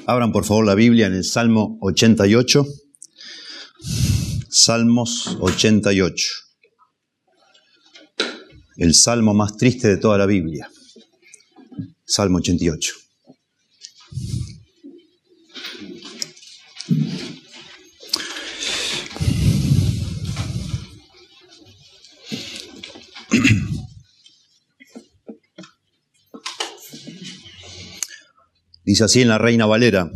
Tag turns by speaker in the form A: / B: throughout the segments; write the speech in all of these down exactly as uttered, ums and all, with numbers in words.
A: Abran por favor la Biblia en el Salmo ochenta y ocho. Salmos ochenta y ocho. El salmo más triste de toda la Biblia. Salmo ochenta y ocho. Dice así en la Reina Valera: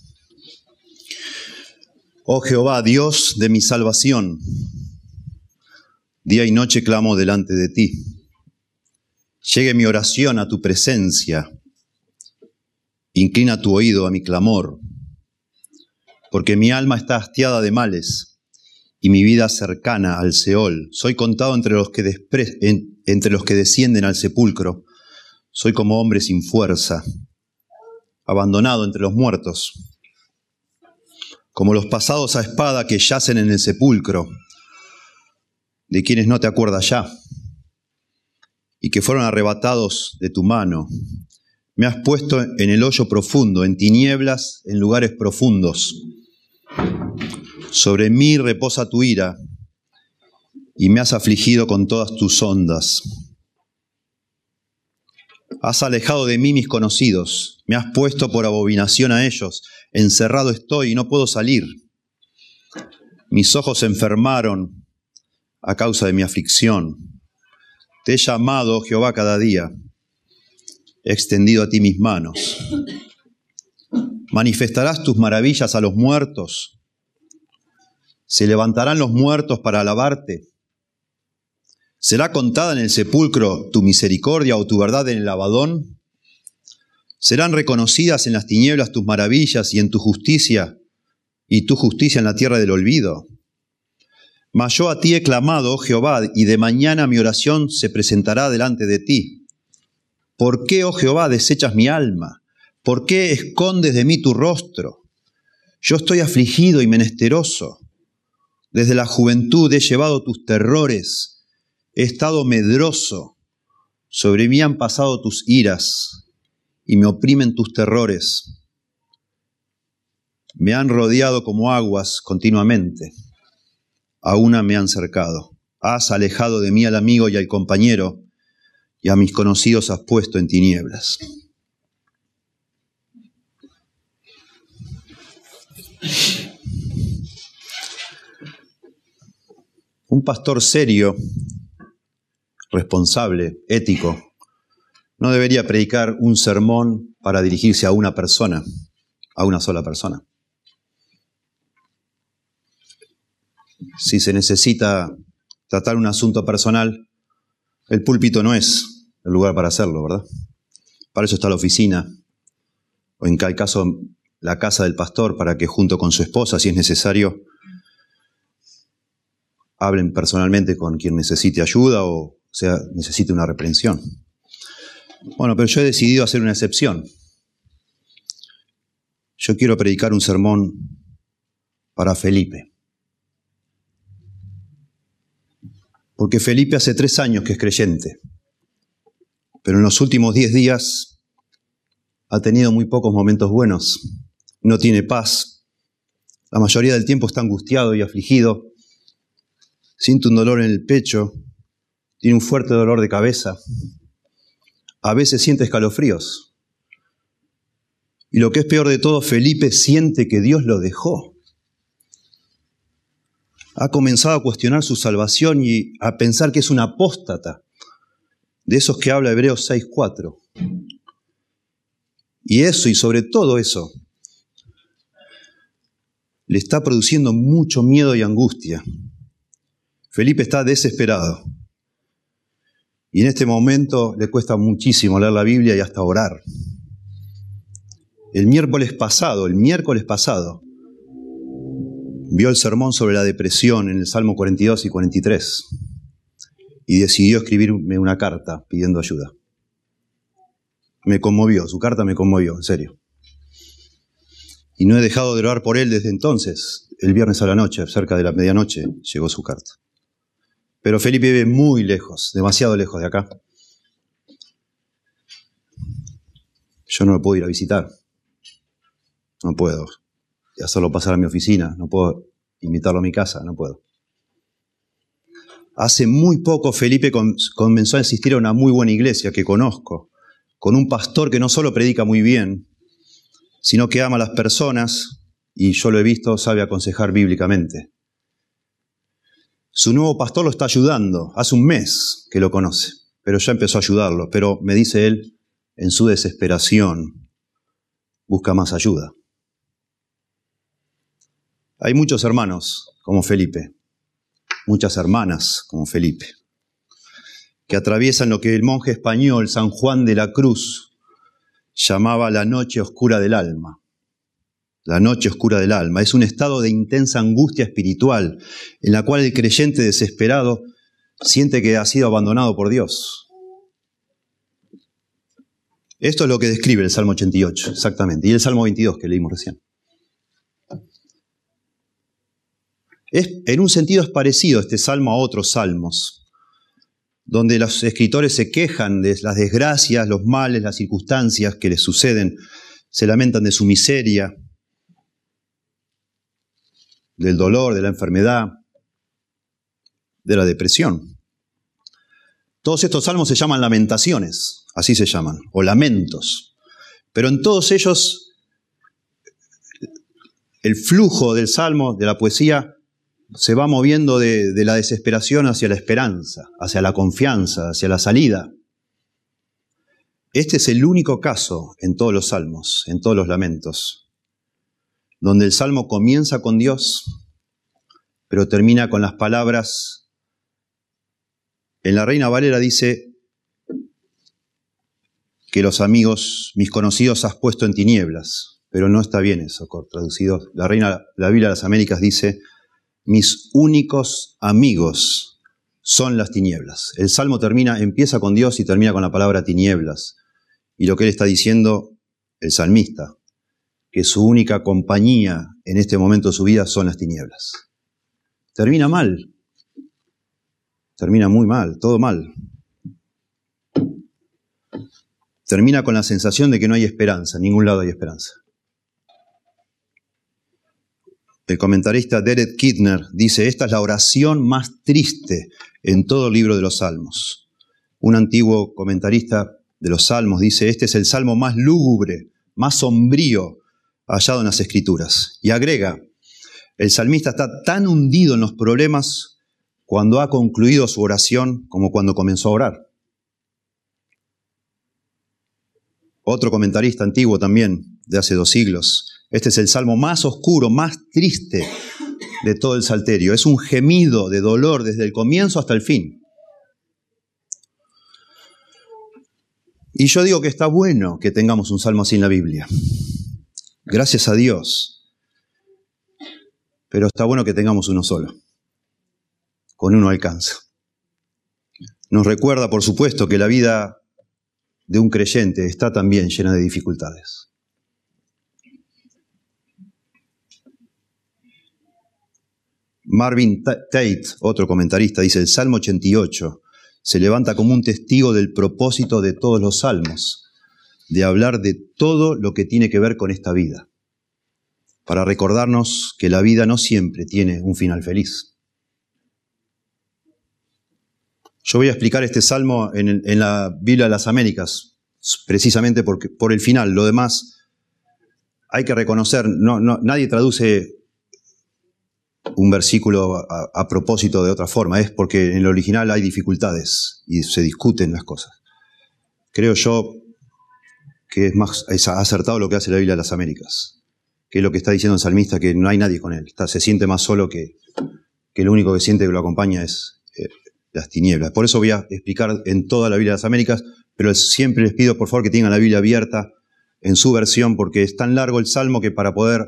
A: Oh Jehová, Dios de mi salvación, día y noche clamo delante de ti. Llegue mi oración a tu presencia, inclina tu oído a mi clamor, porque mi alma está hastiada de males y mi vida cercana al Seol. Soy contado entre los que, despre- en, entre los que descienden al sepulcro. Soy como hombre sin fuerza, abandonado entre los muertos, como los pasados a espada que yacen en el sepulcro, de quienes no te acuerdas ya, y que fueron arrebatados de tu mano. Me has puesto en el hoyo profundo, en tinieblas, en lugares profundos. Sobre mí reposa tu ira, y me has afligido con todas tus ondas. Has alejado de mí mis conocidos, me has puesto por abominación a ellos. Encerrado estoy y no puedo salir. Mis ojos se enfermaron a causa de mi aflicción. Te he llamado, Jehová, cada día. He extendido a ti mis manos. ¿Manifestarás tus maravillas a los muertos? ¿Se levantarán los muertos para alabarte? ¿Será contada en el sepulcro tu misericordia o tu verdad en el Abadón? ¿Serán reconocidas en las tinieblas tus maravillas y en tu justicia, y tu justicia en la tierra del olvido? Mas yo a ti he clamado, oh Jehová, y de mañana mi oración se presentará delante de ti. ¿Por qué, oh Jehová, desechas mi alma? ¿Por qué escondes de mí tu rostro? Yo estoy afligido y menesteroso. Desde la juventud he llevado tus terrores. He estado medroso. Sobre mí han pasado tus iras y me oprimen tus terrores. Me han rodeado como aguas continuamente. A una me han cercado. Has alejado de mí al amigo y al compañero, y a mis conocidos has puesto en tinieblas. Un pastor serio, responsable, ético, no debería predicar un sermón para dirigirse a una persona, a una sola persona. Si se necesita tratar un asunto personal, el púlpito no es el lugar para hacerlo, ¿verdad? Para eso está la oficina, o en cada caso la casa del pastor, para que junto con su esposa, si es necesario, hablen personalmente con quien necesite ayuda o sea, necesite una reprensión. Bueno, pero yo he decidido hacer una excepción. Yo quiero predicar un sermón para Felipe. Porque Felipe hace tres años que es creyente, pero en los últimos diez días ha tenido muy pocos momentos buenos. No tiene paz. La mayoría del tiempo está angustiado y afligido. Siente un dolor en el pecho. Tiene un fuerte dolor de cabeza. A veces siente escalofríos. Y lo que es peor de todo, Felipe siente que Dios lo dejó. Ha comenzado a cuestionar su salvación y a pensar que es un apóstata, de esos que habla Hebreos seis cuatro. Y eso, y sobre todo eso, le está produciendo mucho miedo y angustia. Felipe está desesperado. Y en este momento le cuesta muchísimo leer la Biblia y hasta orar. El miércoles pasado, el miércoles pasado, vio el sermón sobre la depresión en el Salmo cuarenta y dos y cuarenta y tres y decidió escribirme una carta pidiendo ayuda. Me conmovió, su carta me conmovió, en serio. Y no he dejado de orar por él desde entonces. El viernes a la noche, cerca de la medianoche, llegó su carta. Pero Felipe vive muy lejos, demasiado lejos de acá. Yo no lo puedo ir a visitar. no puedo. Y hacerlo pasar a mi oficina, no puedo invitarlo a mi casa, no puedo. Hace muy poco Felipe comenzó a asistir a una muy buena iglesia que conozco, con un pastor que no solo predica muy bien, sino que ama a las personas, y yo lo he visto, sabe aconsejar bíblicamente. Su nuevo pastor lo está ayudando, hace un mes que lo conoce, pero ya empezó a ayudarlo. Pero me dice él, en su desesperación, busca más ayuda. Hay muchos hermanos como Felipe, muchas hermanas como Felipe, que atraviesan lo que el monje español San Juan de la Cruz llamaba la noche oscura del alma. La noche oscura del alma es un estado de intensa angustia espiritual en la cual el creyente desesperado siente que ha sido abandonado por Dios. Esto es lo que describe el Salmo ochenta y ocho, exactamente, y el Salmo veintidós que leímos recién. Es, en un sentido es parecido este salmo a otros salmos, donde los escritores se quejan de las desgracias, los males, las circunstancias que les suceden, se lamentan de su miseria, del dolor, de la enfermedad, de la depresión. Todos estos salmos se llaman lamentaciones, así se llaman, o lamentos. Pero en todos ellos, el flujo del salmo, de la poesía, se va moviendo de, de la desesperación hacia la esperanza, hacia la confianza, hacia la salida. Este es el único caso en todos los salmos, en todos los lamentos, donde el salmo comienza con Dios, pero termina con las palabras. En la Reina Valera dice que los amigos, mis conocidos, has puesto en tinieblas, pero no está bien eso traducido. La Reina, la Biblia de las Américas dice, mis únicos amigos son las tinieblas. El salmo termina, empieza con Dios y termina con la palabra tinieblas. Y lo que él está diciendo, el salmista, que su única compañía en este momento de su vida son las tinieblas. Termina mal. Termina muy mal, todo mal. Termina con la sensación de que no hay esperanza, en ningún lado hay esperanza. El comentarista Derek Kidner dice, esta es la oración más triste en todo el libro de los Salmos. Un antiguo comentarista de los Salmos dice, este es el salmo más lúgubre, más sombrío hallado en las Escrituras. Y agrega, el salmista está tan hundido en los problemas cuando ha concluido su oración como cuando comenzó a orar. Otro comentarista antiguo también, de hace dos siglos, este es el salmo más oscuro, más triste de todo el Salterio. Es un gemido de dolor desde el comienzo hasta el fin. Y yo digo que está bueno que tengamos un salmo así en la Biblia. Gracias a Dios. Pero está bueno que tengamos uno solo. Con uno alcanza. Nos recuerda, por supuesto, que la vida de un creyente está también llena de dificultades. Marvin Tate, otro comentarista, dice, el Salmo ochenta y ocho se levanta como un testigo del propósito de todos los salmos, de hablar de todo lo que tiene que ver con esta vida, para recordarnos que la vida no siempre tiene un final feliz. Yo voy a explicar este salmo en, el, en la Biblia de las Américas, precisamente porque, por el final. Lo demás hay que reconocer, no, no, nadie traduce un versículo a, a propósito de otra forma, es porque en el original hay dificultades y se discuten las cosas. Creo yo que es más es acertado lo que hace la Biblia de las Américas, que es lo que está diciendo el salmista, que no hay nadie con él, está, se siente más solo que, que lo único que siente que lo acompaña es eh, las tinieblas. Por eso voy a explicar en toda la Biblia de las Américas, pero siempre les pido por favor que tengan la Biblia abierta en su versión, porque es tan largo el salmo que para poder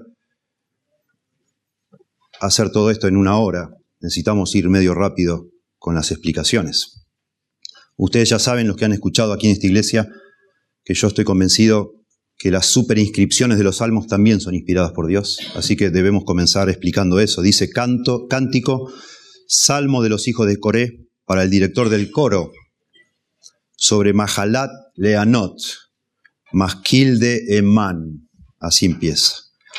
A: hacer todo esto en una hora necesitamos ir medio rápido con las explicaciones. Ustedes ya saben, los que han escuchado aquí en esta iglesia, que yo estoy convencido que las superinscripciones de los salmos también son inspiradas por Dios, así que debemos comenzar explicando eso. Dice canto, cántico, salmo de los hijos de Coré para el director del coro, sobre Mahalat Leanot, Masquil de Emán, así empieza.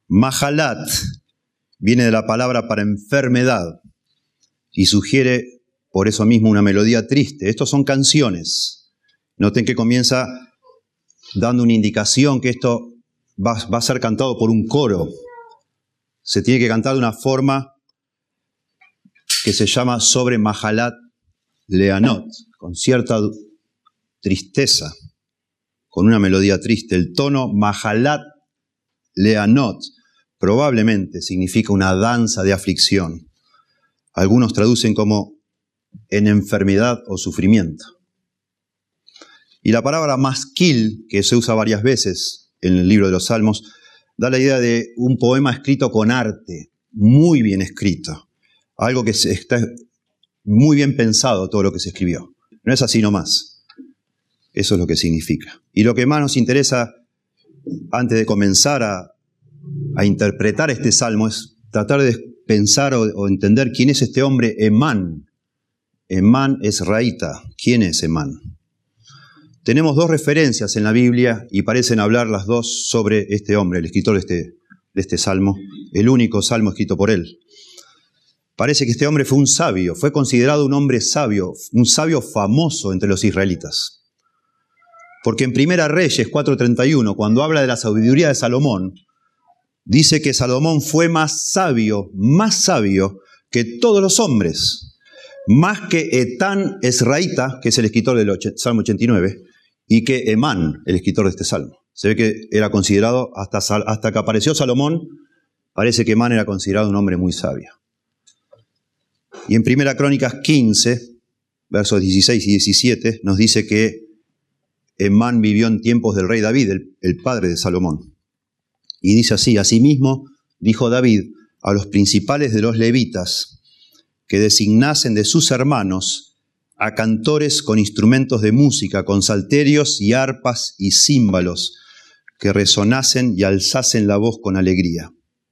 A: Mahalat viene de la palabra para enfermedad y sugiere por eso mismo una melodía triste. Estos son canciones. Noten que comienza dando una indicación que esto va, va a ser cantado por un coro. Se tiene que cantar de una forma que se llama sobre Mahalat Leanot, con cierta tristeza, con una melodía triste. El tono Mahalat Leanot probablemente significa una danza de aflicción. Algunos traducen como en enfermedad o sufrimiento. Y la palabra maskil, que se usa varias veces en el libro de los Salmos, da la idea de un poema escrito con arte, muy bien escrito. Algo que está muy bien pensado todo lo que se escribió. No es así nomás. Eso es lo que significa. Y lo que más nos interesa antes de comenzar a, a interpretar este salmo es tratar de pensar o, o entender quién es este hombre Emán. Emán es raíta. ¿Quién es Emán? Tenemos dos referencias en la Biblia y parecen hablar las dos sobre este hombre, el escritor de este, de este salmo, el único salmo escrito por él. Parece que este hombre fue un sabio, fue considerado un hombre sabio, un sabio famoso entre los israelitas. Porque en Primera Reyes cuatro treinta y uno, cuando habla de la sabiduría de Salomón, dice que Salomón fue más sabio, más sabio que todos los hombres, más que Etán Esraíta, que es el escritor del Salmo ochenta y nueve, y que Emán, el escritor de este salmo. Se ve que era considerado, hasta, hasta que apareció Salomón, parece que Emán era considerado un hombre muy sabio. Y en Primera Crónicas quince, versos dieciséis y diecisiete, nos dice que Emán vivió en tiempos del rey David, el, el padre de Salomón. Y dice así: asimismo dijo David a los principales de los levitas que designasen de sus hermanos a cantores con instrumentos de música, con salterios y arpas y címbalos, que resonasen y alzasen la voz con alegría.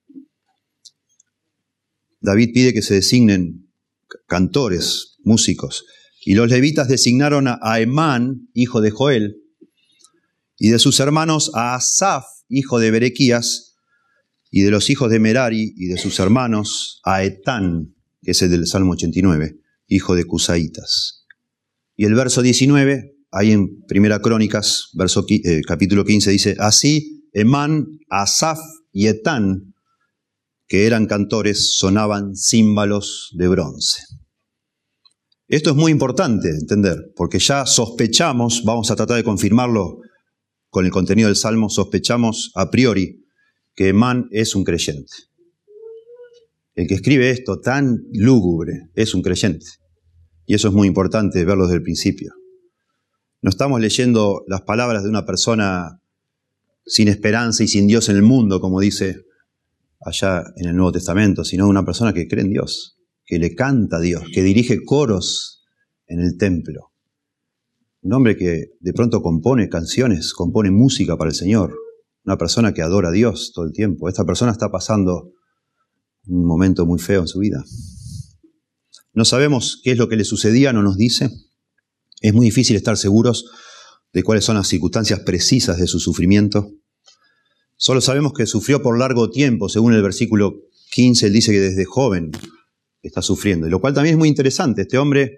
A: David pide que se designen cantores, músicos, y los levitas designaron a Emán, hijo de Joel, y de sus hermanos a Asaf, hijo de Berequías, y de los hijos de Merari y de sus hermanos a Etán, que es el del Salmo ochenta y nueve, hijo de Cusaitas. Y el verso diecinueve, ahí en Primera Crónicas, verso, eh, capítulo quince, dice: así Emán, Asaf y Etán, que eran cantores, sonaban címbalos de bronce. Esto es muy importante entender, porque ya sospechamos, vamos a tratar de confirmarlo con el contenido del Salmo, sospechamos a priori que Emán es un creyente. El que escribe esto tan lúgubre es un creyente. Y eso es muy importante verlo desde el principio. No estamos leyendo las palabras de una persona sin esperanza y sin Dios en el mundo, como dice allá en el Nuevo Testamento, sino una persona que cree en Dios, que le canta a Dios, que dirige coros en el templo. Un hombre que de pronto compone canciones, compone música para el Señor. Una persona que adora a Dios todo el tiempo. Esta persona está pasando un momento muy feo en su vida. No sabemos qué es lo que le sucedía, no nos dice. Es muy difícil estar seguros de cuáles son las circunstancias precisas de su sufrimiento. Solo sabemos que sufrió por largo tiempo. Según el versículo quince, él dice que desde joven está sufriendo. Y lo cual también es muy interesante. Este hombre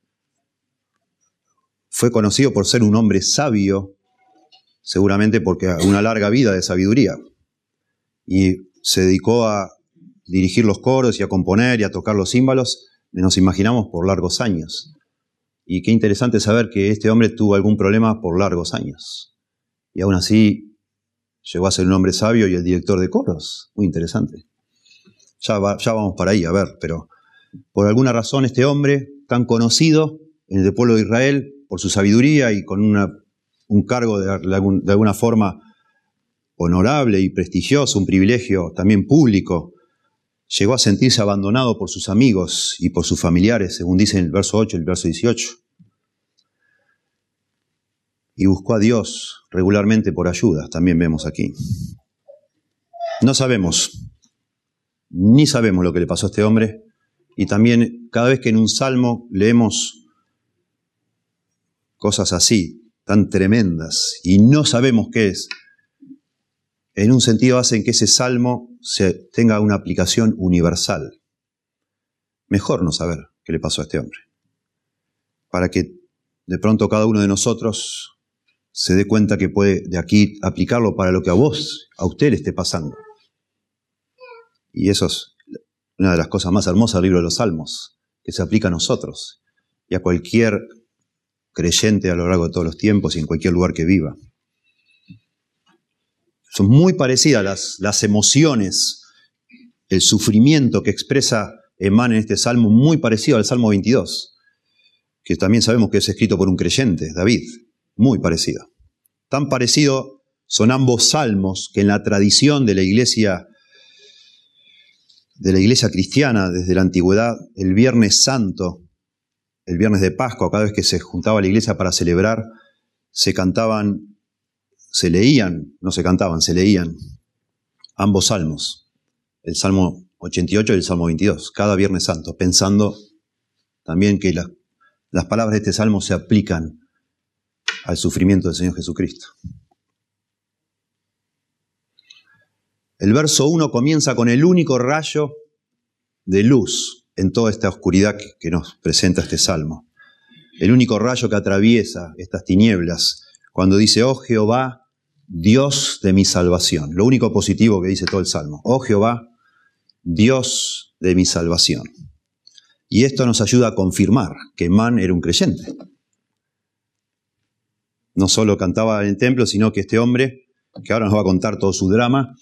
A: fue conocido por ser un hombre sabio, seguramente porque una larga vida de sabiduría. Y se dedicó a dirigir los coros y a componer y a tocar los címbalos, nos imaginamos, por largos años. Y qué interesante saber que este hombre tuvo algún problema por largos años. Y aún así llegó a ser un hombre sabio y el director de coros. Muy interesante. Ya, va, ya vamos para ahí, a ver, pero por alguna razón este hombre tan conocido en el pueblo de Israel por su sabiduría y con una, un cargo de, de, algún, de alguna forma honorable y prestigioso, un privilegio también público, llegó a sentirse abandonado por sus amigos y por sus familiares, según dice en el verso ocho y el verso dieciocho. Y buscó a Dios regularmente por ayuda, también vemos aquí. No sabemos, ni sabemos lo que le pasó a este hombre, y también cada vez que en un salmo leemos cosas así, tan tremendas, y no sabemos qué es, en un sentido hacen que ese salmo se tenga una aplicación universal. Mejor no saber qué le pasó a este hombre, para que de pronto cada uno de nosotros se dé cuenta que puede de aquí aplicarlo para lo que a vos, a usted le esté pasando. Y eso es una de las cosas más hermosas del libro de los Salmos, que se aplica a nosotros y a cualquier creyente a lo largo de todos los tiempos y en cualquier lugar que viva. Son muy parecidas las, las emociones, el sufrimiento que expresa Emán en este salmo, muy parecido al Salmo veintidós, que también sabemos que es escrito por un creyente, David, muy parecido. Tan parecido son ambos salmos que en la tradición de la iglesia, de la iglesia cristiana desde la antigüedad, el Viernes Santo, el Viernes de Pascua, cada vez que se juntaba la iglesia para celebrar, se cantaban, se leían, no se cantaban, se leían ambos salmos, el Salmo ochenta y ocho y el Salmo veintidós, cada Viernes Santo, pensando también que la, las palabras de este salmo se aplican al sufrimiento del Señor Jesucristo. El verso uno comienza con el único rayo de luz en toda esta oscuridad que, que nos presenta este salmo. El único rayo que atraviesa estas tinieblas cuando dice, oh Jehová, Dios de mi salvación. Lo único positivo que dice todo el salmo. Oh Jehová, Dios de mi salvación. Y esto nos ayuda a confirmar que Emán era un creyente. No solo cantaba en el templo, sino que este hombre, que ahora nos va a contar todo su drama,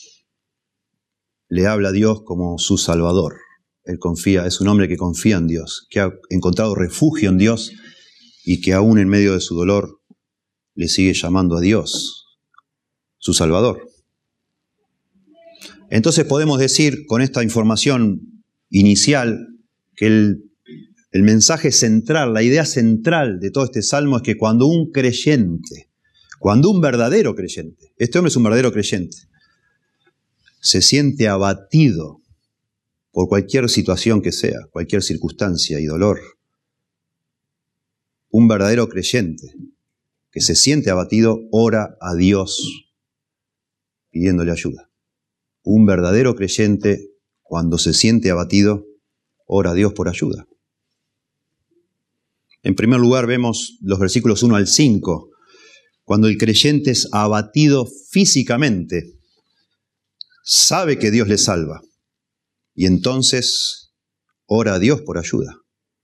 A: le habla a Dios como su Salvador. Él confía, es un hombre que confía en Dios, que ha encontrado refugio en Dios y que aún en medio de su dolor le sigue llamando a Dios, su Salvador. Entonces podemos decir con esta información inicial que el, el mensaje central, la idea central de todo este salmo es que cuando un creyente, cuando un verdadero creyente, este hombre es un verdadero creyente, se siente abatido por cualquier situación que sea, cualquier circunstancia y dolor, un verdadero creyente que se siente abatido ora a Dios pidiéndole ayuda. Un verdadero creyente, cuando se siente abatido, ora a Dios por ayuda. En primer lugar vemos los versículos uno al cinco, cuando el creyente es abatido físicamente, sabe que Dios le salva y entonces ora a Dios por ayuda.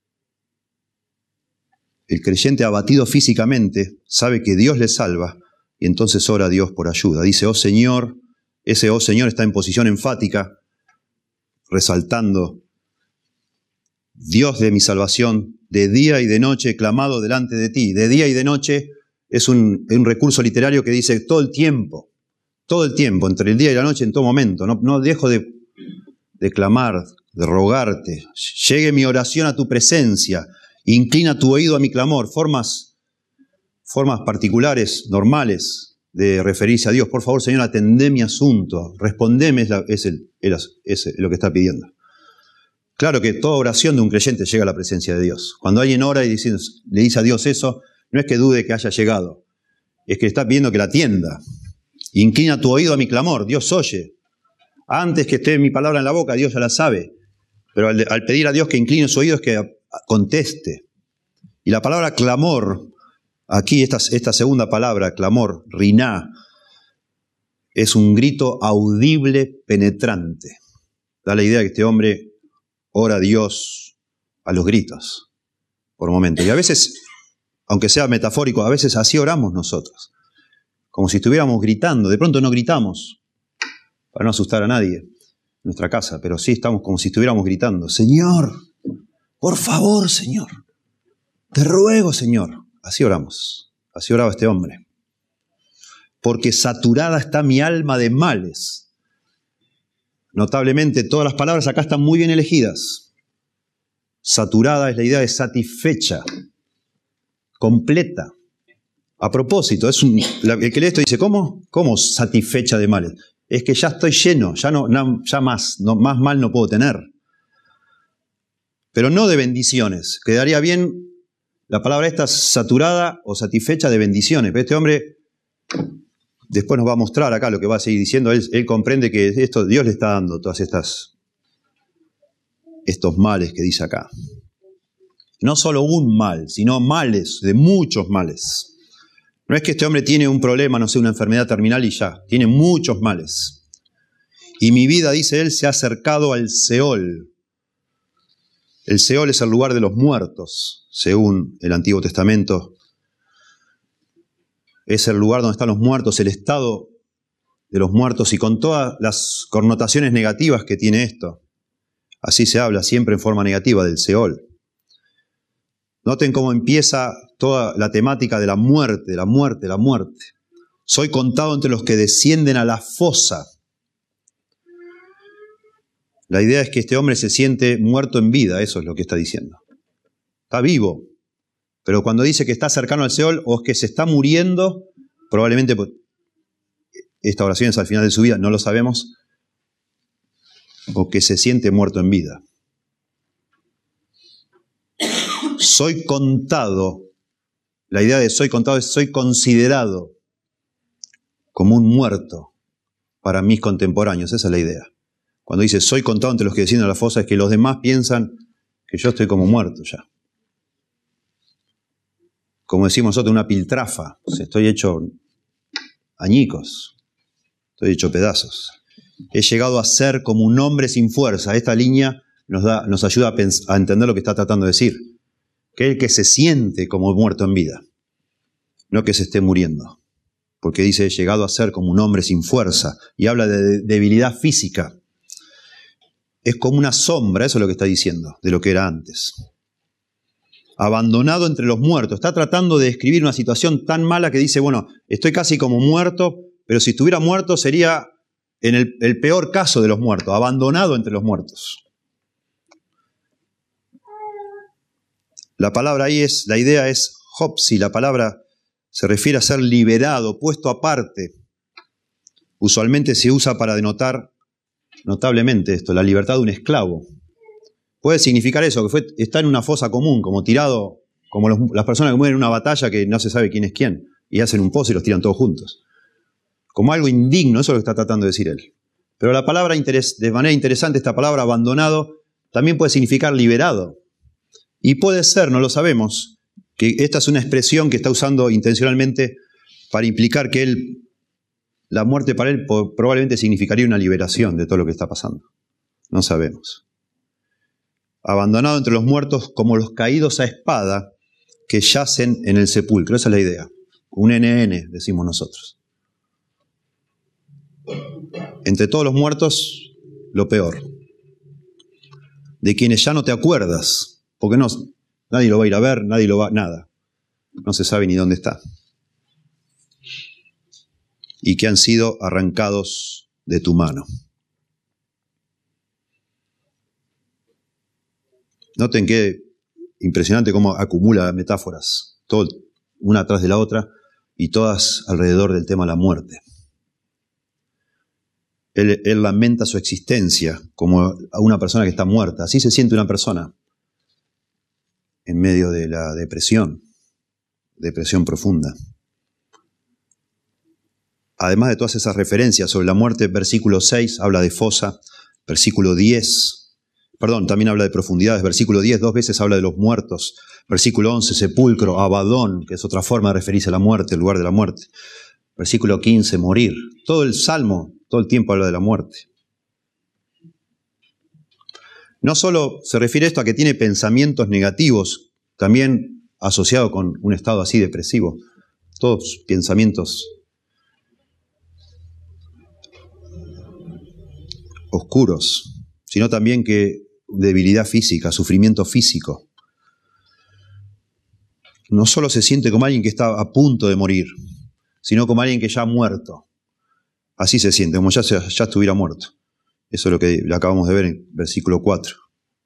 A: El creyente abatido físicamente sabe que Dios le salva y entonces ora a Dios por ayuda. Dice, oh Señor, ese oh Señor está en posición enfática, resaltando, Dios de mi salvación, de día y de noche he clamado delante de ti. De día y de noche es un, un recurso literario que dice todo el tiempo, todo el tiempo, entre el día y la noche, en todo momento. No, no dejo de, de clamar, de rogarte. Llegue mi oración a tu presencia, inclina tu oído a mi clamor. Formas, formas particulares, normales, de referirse a Dios. Por favor, Señor, atendé mi asunto, respondeme, es, la, es, el, es lo que está pidiendo. Claro que toda oración de un creyente llega a la presencia de Dios. Cuando alguien ora y dice, le dice a Dios eso, no es que dude que haya llegado, es que está pidiendo que la atienda. Inclina tu oído a mi clamor, Dios oye. Antes que esté mi palabra en la boca, Dios ya la sabe. Pero al, al pedir a Dios que incline su oído es que conteste. Y la palabra clamor, aquí esta, esta segunda palabra, clamor, riná, es un grito audible, penetrante. Da la idea de que este hombre ora a Dios a los gritos, por momentos. Y a veces, aunque sea metafórico, a veces así oramos nosotros. Como si estuviéramos gritando. De pronto no gritamos, para no asustar a nadie en nuestra casa, pero sí estamos como si estuviéramos gritando. Señor, por favor, Señor, te ruego, Señor. Así oramos, así oraba este hombre. Porque saturada está mi alma de males. Notablemente, todas las palabras acá están muy bien elegidas. Saturada es la idea de satisfecha, completa. A propósito, es un, el que lee esto dice, ¿cómo? ¿Cómo satisfecha de males? Es que ya estoy lleno, ya, no, no, ya más, no, más mal no puedo tener. Pero no de bendiciones. Quedaría bien la palabra esta saturada o satisfecha de bendiciones. Pero este hombre después nos va a mostrar acá lo que va a seguir diciendo. Él, él comprende que esto Dios le está dando todas estas, estos males que dice acá. No solo un mal, sino males, de muchos males. No es que este hombre tiene un problema, no sé, una enfermedad terminal y ya. Tiene muchos males. Y mi vida, dice él, se ha acercado al Seol. El Seol es el lugar de los muertos, según el Antiguo Testamento. Es el lugar donde están los muertos, el estado de los muertos y con todas las connotaciones negativas que tiene esto. Así se habla siempre en forma negativa del Seol. Noten cómo empieza toda la temática de la muerte, la muerte, la muerte. Soy contado entre los que descienden a la fosa. La idea es que este hombre se siente muerto en vida, eso es lo que está diciendo. Está vivo, pero cuando dice que está cercano al Seol o que se está muriendo, probablemente esta oración es al final de su vida, no lo sabemos, o que se siente muerto en vida. Soy contado, la idea de soy contado es soy considerado como un muerto para mis contemporáneos, esa es la idea. Cuando dice soy contado entre los que descienden a la fosa es que los demás piensan que yo estoy como muerto ya. Como decimos nosotros, una piltrafa, o sea, estoy hecho añicos, estoy hecho pedazos. He llegado a ser como un hombre sin fuerza. Esta línea nos, da, nos ayuda a, pens- a entender lo que está tratando de decir. Que el que se siente como muerto en vida, no que se esté muriendo. Porque dice, he llegado a ser como un hombre sin fuerza, y habla de debilidad física. Es como una sombra, eso es lo que está diciendo, de lo que era antes. Abandonado entre los muertos. Está tratando de describir una situación tan mala que dice, bueno, estoy casi como muerto, pero si estuviera muerto sería en el, el peor caso de los muertos, abandonado entre los muertos. La palabra ahí es, la idea es hopsi, la palabra se refiere a ser liberado, puesto aparte. Usualmente se usa para denotar notablemente esto, la libertad de un esclavo. Puede significar eso, que fue, está en una fosa común, como tirado, como los, las personas que mueren en una batalla que no se sabe quién es quién, y hacen un pozo y los tiran todos juntos. Como algo indigno, eso es lo que está tratando de decir él. Pero la palabra, interes, de manera interesante, esta palabra abandonado, también puede significar liberado. Y puede ser, no lo sabemos, que esta es una expresión que está usando intencionalmente para implicar que él, la muerte para él probablemente significaría una liberación de todo lo que está pasando. No sabemos. Abandonado entre los muertos como los caídos a espada que yacen en el sepulcro. Esa es la idea. Un N N, decimos nosotros. Entre todos los muertos, lo peor. De quienes ya no te acuerdas, porque no, nadie lo va a ir a ver, nadie lo va, nada. No se sabe ni dónde está. Y que han sido arrancados de tu mano. Noten qué impresionante cómo acumula metáforas, todo, una tras de la otra, y todas alrededor del tema de la muerte. Él, él lamenta su existencia como a una persona que está muerta. Así se siente una persona en medio de la depresión, depresión profunda. Además de todas esas referencias sobre la muerte, versículo seis habla de fosa, versículo diez, perdón, también habla de profundidades, versículo diez dos veces habla de los muertos, versículo once, sepulcro, Abadón, que es otra forma de referirse a la muerte, el lugar de la muerte, versículo quince, morir. Todo el Salmo, todo el tiempo habla de la muerte. No solo se refiere esto a que tiene pensamientos negativos, también asociado con un estado así depresivo, todos pensamientos oscuros, sino también que debilidad física, sufrimiento físico. No solo se siente como alguien que está a punto de morir, sino como alguien que ya ha muerto. Así se siente, como ya, se, ya estuviera muerto. Eso es lo que acabamos de ver en versículo cuatro.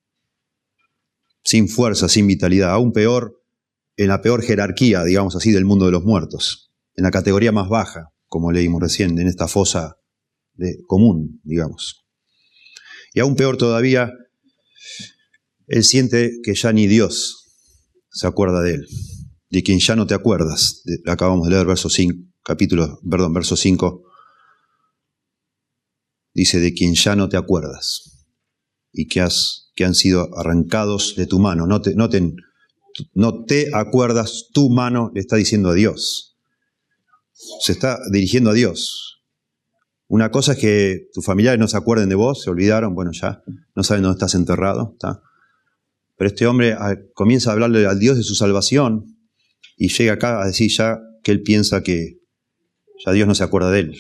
A: Sin fuerza, sin vitalidad, aún peor, en la peor jerarquía, digamos así, del mundo de los muertos, en la categoría más baja, como leímos recién, en esta fosa de, común, digamos. Y aún peor todavía, él siente que ya ni Dios se acuerda de él, de quien ya no te acuerdas. De, acabamos de leer versos capítulo, perdón, verso cinco, dice, de quien ya no te acuerdas y que, has, que han sido arrancados de tu mano. Noten, noten, no te acuerdas, tu mano le está diciendo a Dios. Se está dirigiendo a Dios. Una cosa es que tus familiares no se acuerden de vos, se olvidaron, bueno, ya no saben dónde estás enterrado, ¿está? Pero este hombre a, comienza a hablarle al Dios de su salvación y llega acá a decir ya que él piensa que ya Dios no se acuerda de él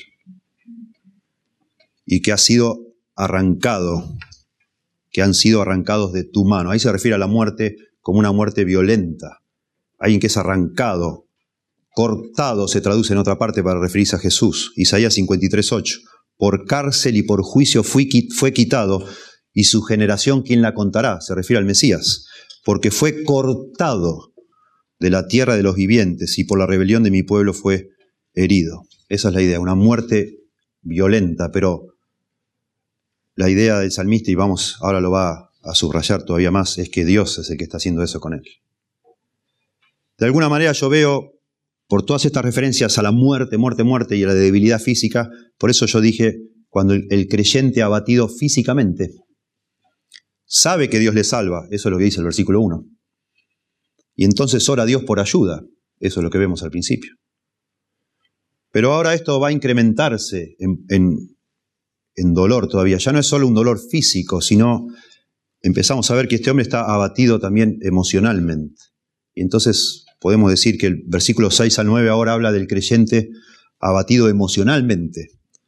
A: y que ha sido arrancado, que han sido arrancados de tu mano. Ahí se refiere a la muerte como una muerte violenta. Alguien que es arrancado, cortado, se traduce en otra parte para referirse a Jesús. Isaías cincuenta y tres, ocho. Por cárcel y por juicio fue, fue quitado, y su generación, ¿quién la contará? Se refiere al Mesías. Porque fue cortado de la tierra de los vivientes, y por la rebelión de mi pueblo fue herido. Esa es la idea, una muerte violenta, pero la idea del salmista, y vamos, ahora lo va a subrayar todavía más, es que Dios es el que está haciendo eso con él. De alguna manera yo veo, por todas estas referencias a la muerte, muerte, muerte y a la debilidad física, por eso yo dije, cuando el, el creyente abatido físicamente sabe que Dios le salva, eso es lo que dice el versículo uno, y entonces ora a Dios por ayuda, eso es lo que vemos al principio. Pero ahora esto va a incrementarse en, en, en dolor todavía, ya no es solo un dolor físico, sino empezamos a ver que este hombre está abatido también emocionalmente, y entonces podemos decir que el versículo seis al nueve ahora habla del creyente abatido emocionalmente.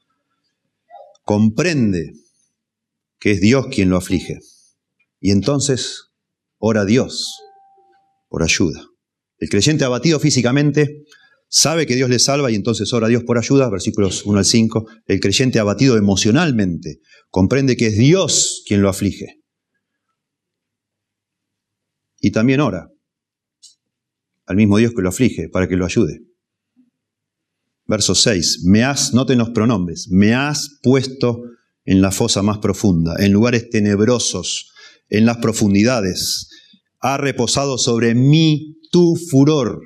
A: Comprende que es Dios quien lo aflige. Y entonces ora a Dios por ayuda. El creyente abatido físicamente sabe que Dios le salva y entonces ora a Dios por ayuda. Versículos uno al cinco. El creyente abatido emocionalmente comprende que es Dios quien lo aflige. Y también ora al mismo Dios que lo aflige, para que lo ayude. Verso seis, me has, noten los pronombres, me has puesto en la fosa más profunda, en lugares tenebrosos, en las profundidades. Ha reposado sobre mí tu furor.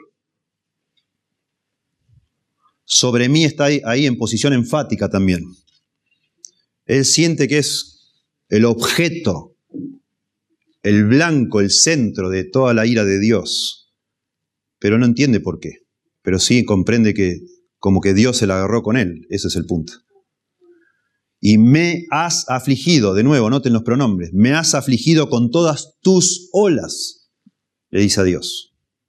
A: Sobre mí está ahí, ahí en posición enfática también. Él siente que es el objeto, el blanco, el centro de toda la ira de Dios. Pero no entiende por qué. Pero sí comprende que como que Dios se la agarró con él. Ese es el punto. Y me has afligido, de nuevo, noten los pronombres, me has afligido con todas tus olas, le dice a Dios.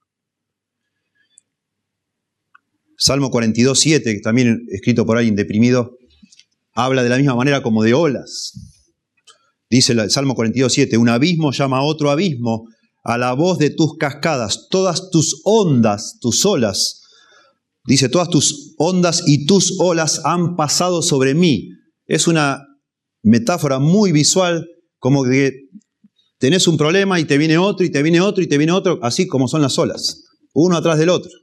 A: Salmo cuarenta y dos, siete, también escrito por alguien deprimido, habla de la misma manera como de olas. Dice el Salmo cuarenta y dos, siete, un abismo llama a otro abismo, a la voz de tus cascadas, todas tus ondas, tus olas, dice, todas tus ondas y tus olas han pasado sobre mí. Es una metáfora muy visual, como que tenés un problema y te viene otro, y te viene otro, y te viene otro, así como son las olas, uno atrás del otro.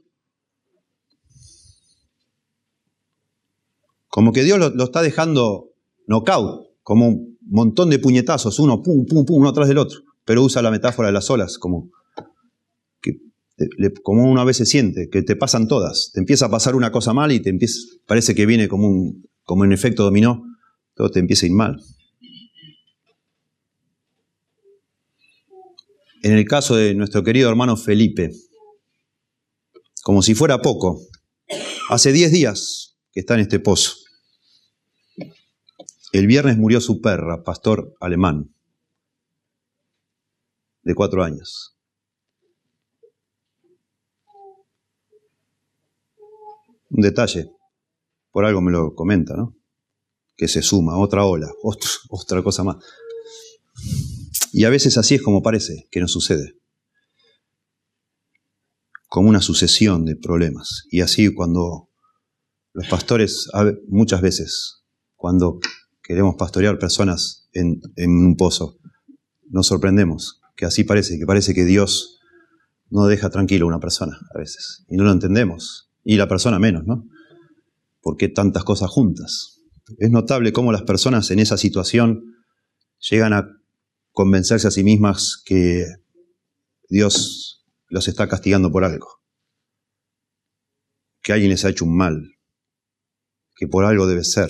A: Como que Dios lo, lo está dejando knockout, como un montón de puñetazos, uno pum, pum, pum, uno atrás del otro. Pero usa la metáfora de las olas, como, que, como uno a veces siente, que te pasan todas. Te empieza a pasar una cosa mal y te empieza, parece que viene como un, como un efecto dominó, todo te empieza a ir mal. En el caso de nuestro querido hermano Felipe, como si fuera poco, hace diez días que está en este pozo. El viernes murió su perra, pastor alemán, de cuatro años. Un detalle, por algo me lo comenta, ¿no? Que se suma, otra ola, otra, otra cosa más. Y a veces así es como parece que nos sucede. Como una sucesión de problemas. Y así cuando los pastores, muchas veces, cuando queremos pastorear personas en, en un pozo, nos sorprendemos. Que así parece, que parece que Dios no deja tranquilo a una persona a veces. Y no lo entendemos. Y la persona menos, ¿no? ¿Por qué tantas cosas juntas? Es notable cómo las personas en esa situación llegan a convencerse a sí mismas que Dios los está castigando por algo. que alguien les ha hecho un mal, que por algo debe ser.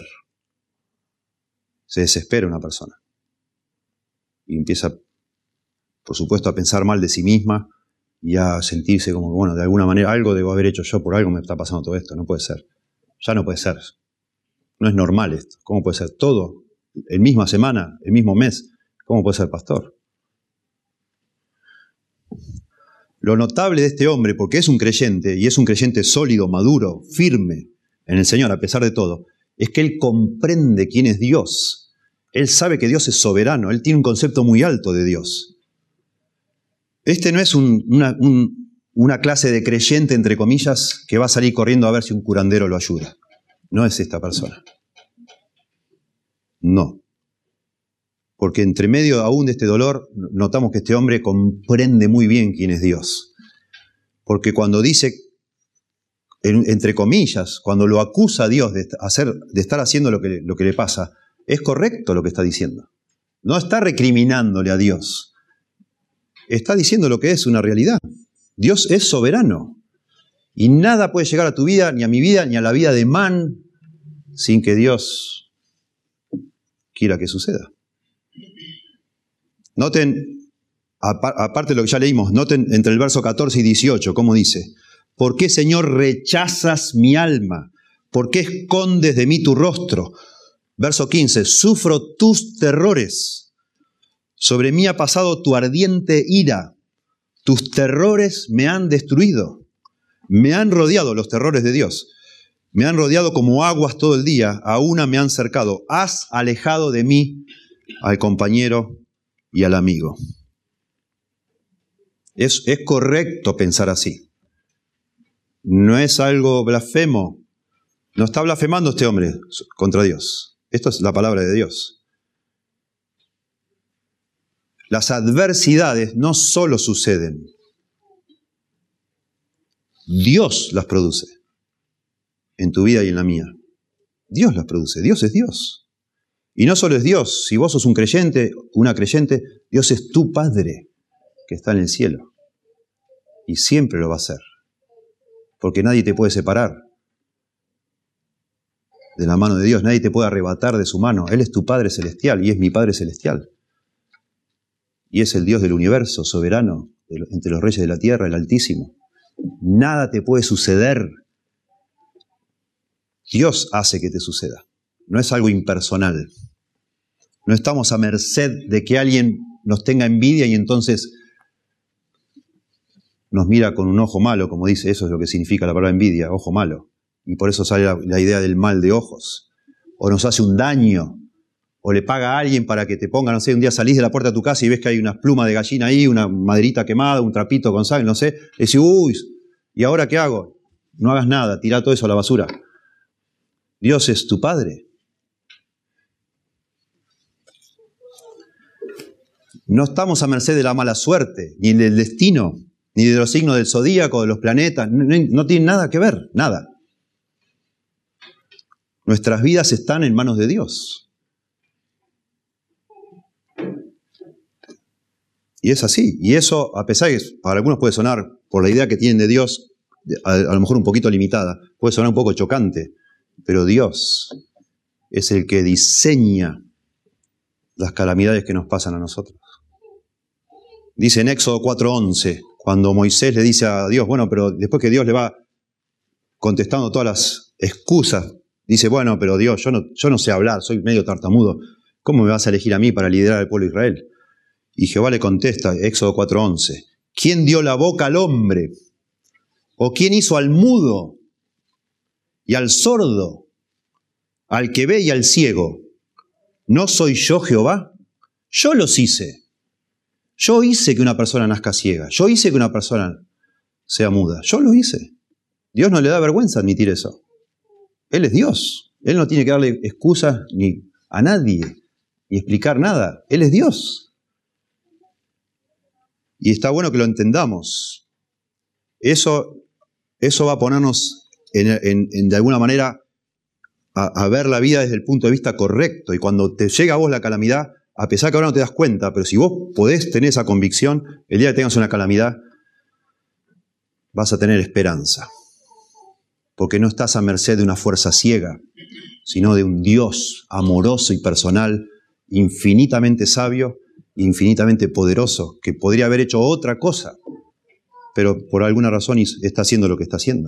A: Se desespera una persona y empieza, por supuesto, a pensar mal de sí misma y a sentirse como que, bueno, de alguna manera algo debo haber hecho yo, por algo me está pasando todo esto, no puede ser. Ya no puede ser. No es normal esto. ¿Cómo puede ser? Todo, en misma semana, el mismo mes. ¿Cómo puede ser pastor? Lo notable de este hombre, porque es un creyente, y es un creyente sólido, maduro, firme en el Señor, a pesar de todo, es que él comprende quién es Dios. Él sabe que Dios es soberano, él tiene un concepto muy alto de Dios. Este no es un, una, un, una clase de creyente, entre comillas, que va a salir corriendo a ver si un curandero lo ayuda. No es esta persona. No. Porque entre medio aún de este dolor, notamos que este hombre comprende muy bien quién es Dios. Porque cuando dice, en, entre comillas, cuando lo acusa a Dios de, hacer, de estar haciendo lo que, lo que le pasa, es correcto lo que está diciendo. No está recriminándole a Dios. Está diciendo lo que es una realidad. Dios es soberano. Y nada puede llegar a tu vida, ni a mi vida, ni a la vida de Man, sin que Dios quiera que suceda. Noten, aparte de lo que ya leímos, noten entre el verso catorce y dieciocho, cómo dice: ¿por qué, Señor, rechazas mi alma? ¿Por qué escondes de mí tu rostro? Verso quince, sufro tus terrores. Sobre mí ha pasado tu ardiente ira. Tus terrores me han destruido. Me han rodeado los terrores de Dios. Me han rodeado como aguas todo el día. A una me han cercado. Has alejado de mí al compañero y al amigo. Es, es correcto pensar así. No es algo blasfemo. No está blasfemando este hombre contra Dios. Esto es la palabra de Dios. Las adversidades no solo suceden. Dios las produce en tu vida y en la mía. Dios las produce. Dios es Dios. Y no solo es Dios. Si vos sos un creyente, una creyente, Dios es tu Padre que está en el cielo. Y siempre lo va a ser. Porque nadie te puede separar de la mano de Dios. Nadie te puede arrebatar de su mano. Él es tu Padre celestial y es mi Padre celestial. Y es el Dios del universo, soberano, entre los reyes de la tierra, el Altísimo. Nada te puede suceder. Dios hace que te suceda. No es algo impersonal. No estamos a merced de que alguien nos tenga envidia y entonces nos mira con un ojo malo, como dice, eso es lo que significa la palabra envidia, ojo malo. Y por eso sale la, la idea del mal de ojos. O nos hace un daño. O le paga a alguien para que te ponga, no sé, un día salís de la puerta de tu casa y ves que hay unas plumas de gallina ahí, una maderita quemada, un trapito con sangre, no sé. Le decís, uy, ¿y ahora qué hago? No hagas nada, tirá todo eso a la basura. Dios es tu Padre. No estamos a merced de la mala suerte, ni del destino, ni de los signos del zodíaco, de los planetas. No, no, no tiene nada que ver, nada. Nuestras vidas están en manos de Dios. Y es así. Y eso, a pesar de que para algunos puede sonar, por la idea que tienen de Dios, a, a lo mejor un poquito limitada, puede sonar un poco chocante, pero Dios es el que diseña las calamidades que nos pasan a nosotros. Dice en Éxodo cuatro once, cuando Moisés le dice a Dios, bueno, pero después que Dios le va contestando todas las excusas, dice, bueno, pero Dios, yo no, yo no sé hablar, soy medio tartamudo, ¿cómo me vas a elegir a mí para liderar al pueblo de Israel? Y Jehová le contesta, Éxodo cuatro once, ¿quién dio la boca al hombre? ¿O quién hizo al mudo y al sordo, al que ve y al ciego? ¿No soy yo Jehová? Yo los hice. Yo hice que una persona nazca ciega. Yo hice que una persona sea muda. Yo lo hice. Dios no le da vergüenza admitir eso. Él es Dios. Él no tiene que darle excusas ni a nadie, ni explicar nada. Él es Dios. Y está bueno que lo entendamos. Eso, eso va a ponernos en, en, en, de alguna manera a, a ver la vida desde el punto de vista correcto. Y cuando te llega a vos la calamidad, a pesar que ahora no te das cuenta, pero si vos podés tener esa convicción, el día que tengas una calamidad, vas a tener esperanza. porque no estás a merced de una fuerza ciega, sino de un Dios amoroso y personal, infinitamente sabio, infinitamente poderoso, que podría haber hecho otra cosa, pero por alguna razón está haciendo lo que está haciendo.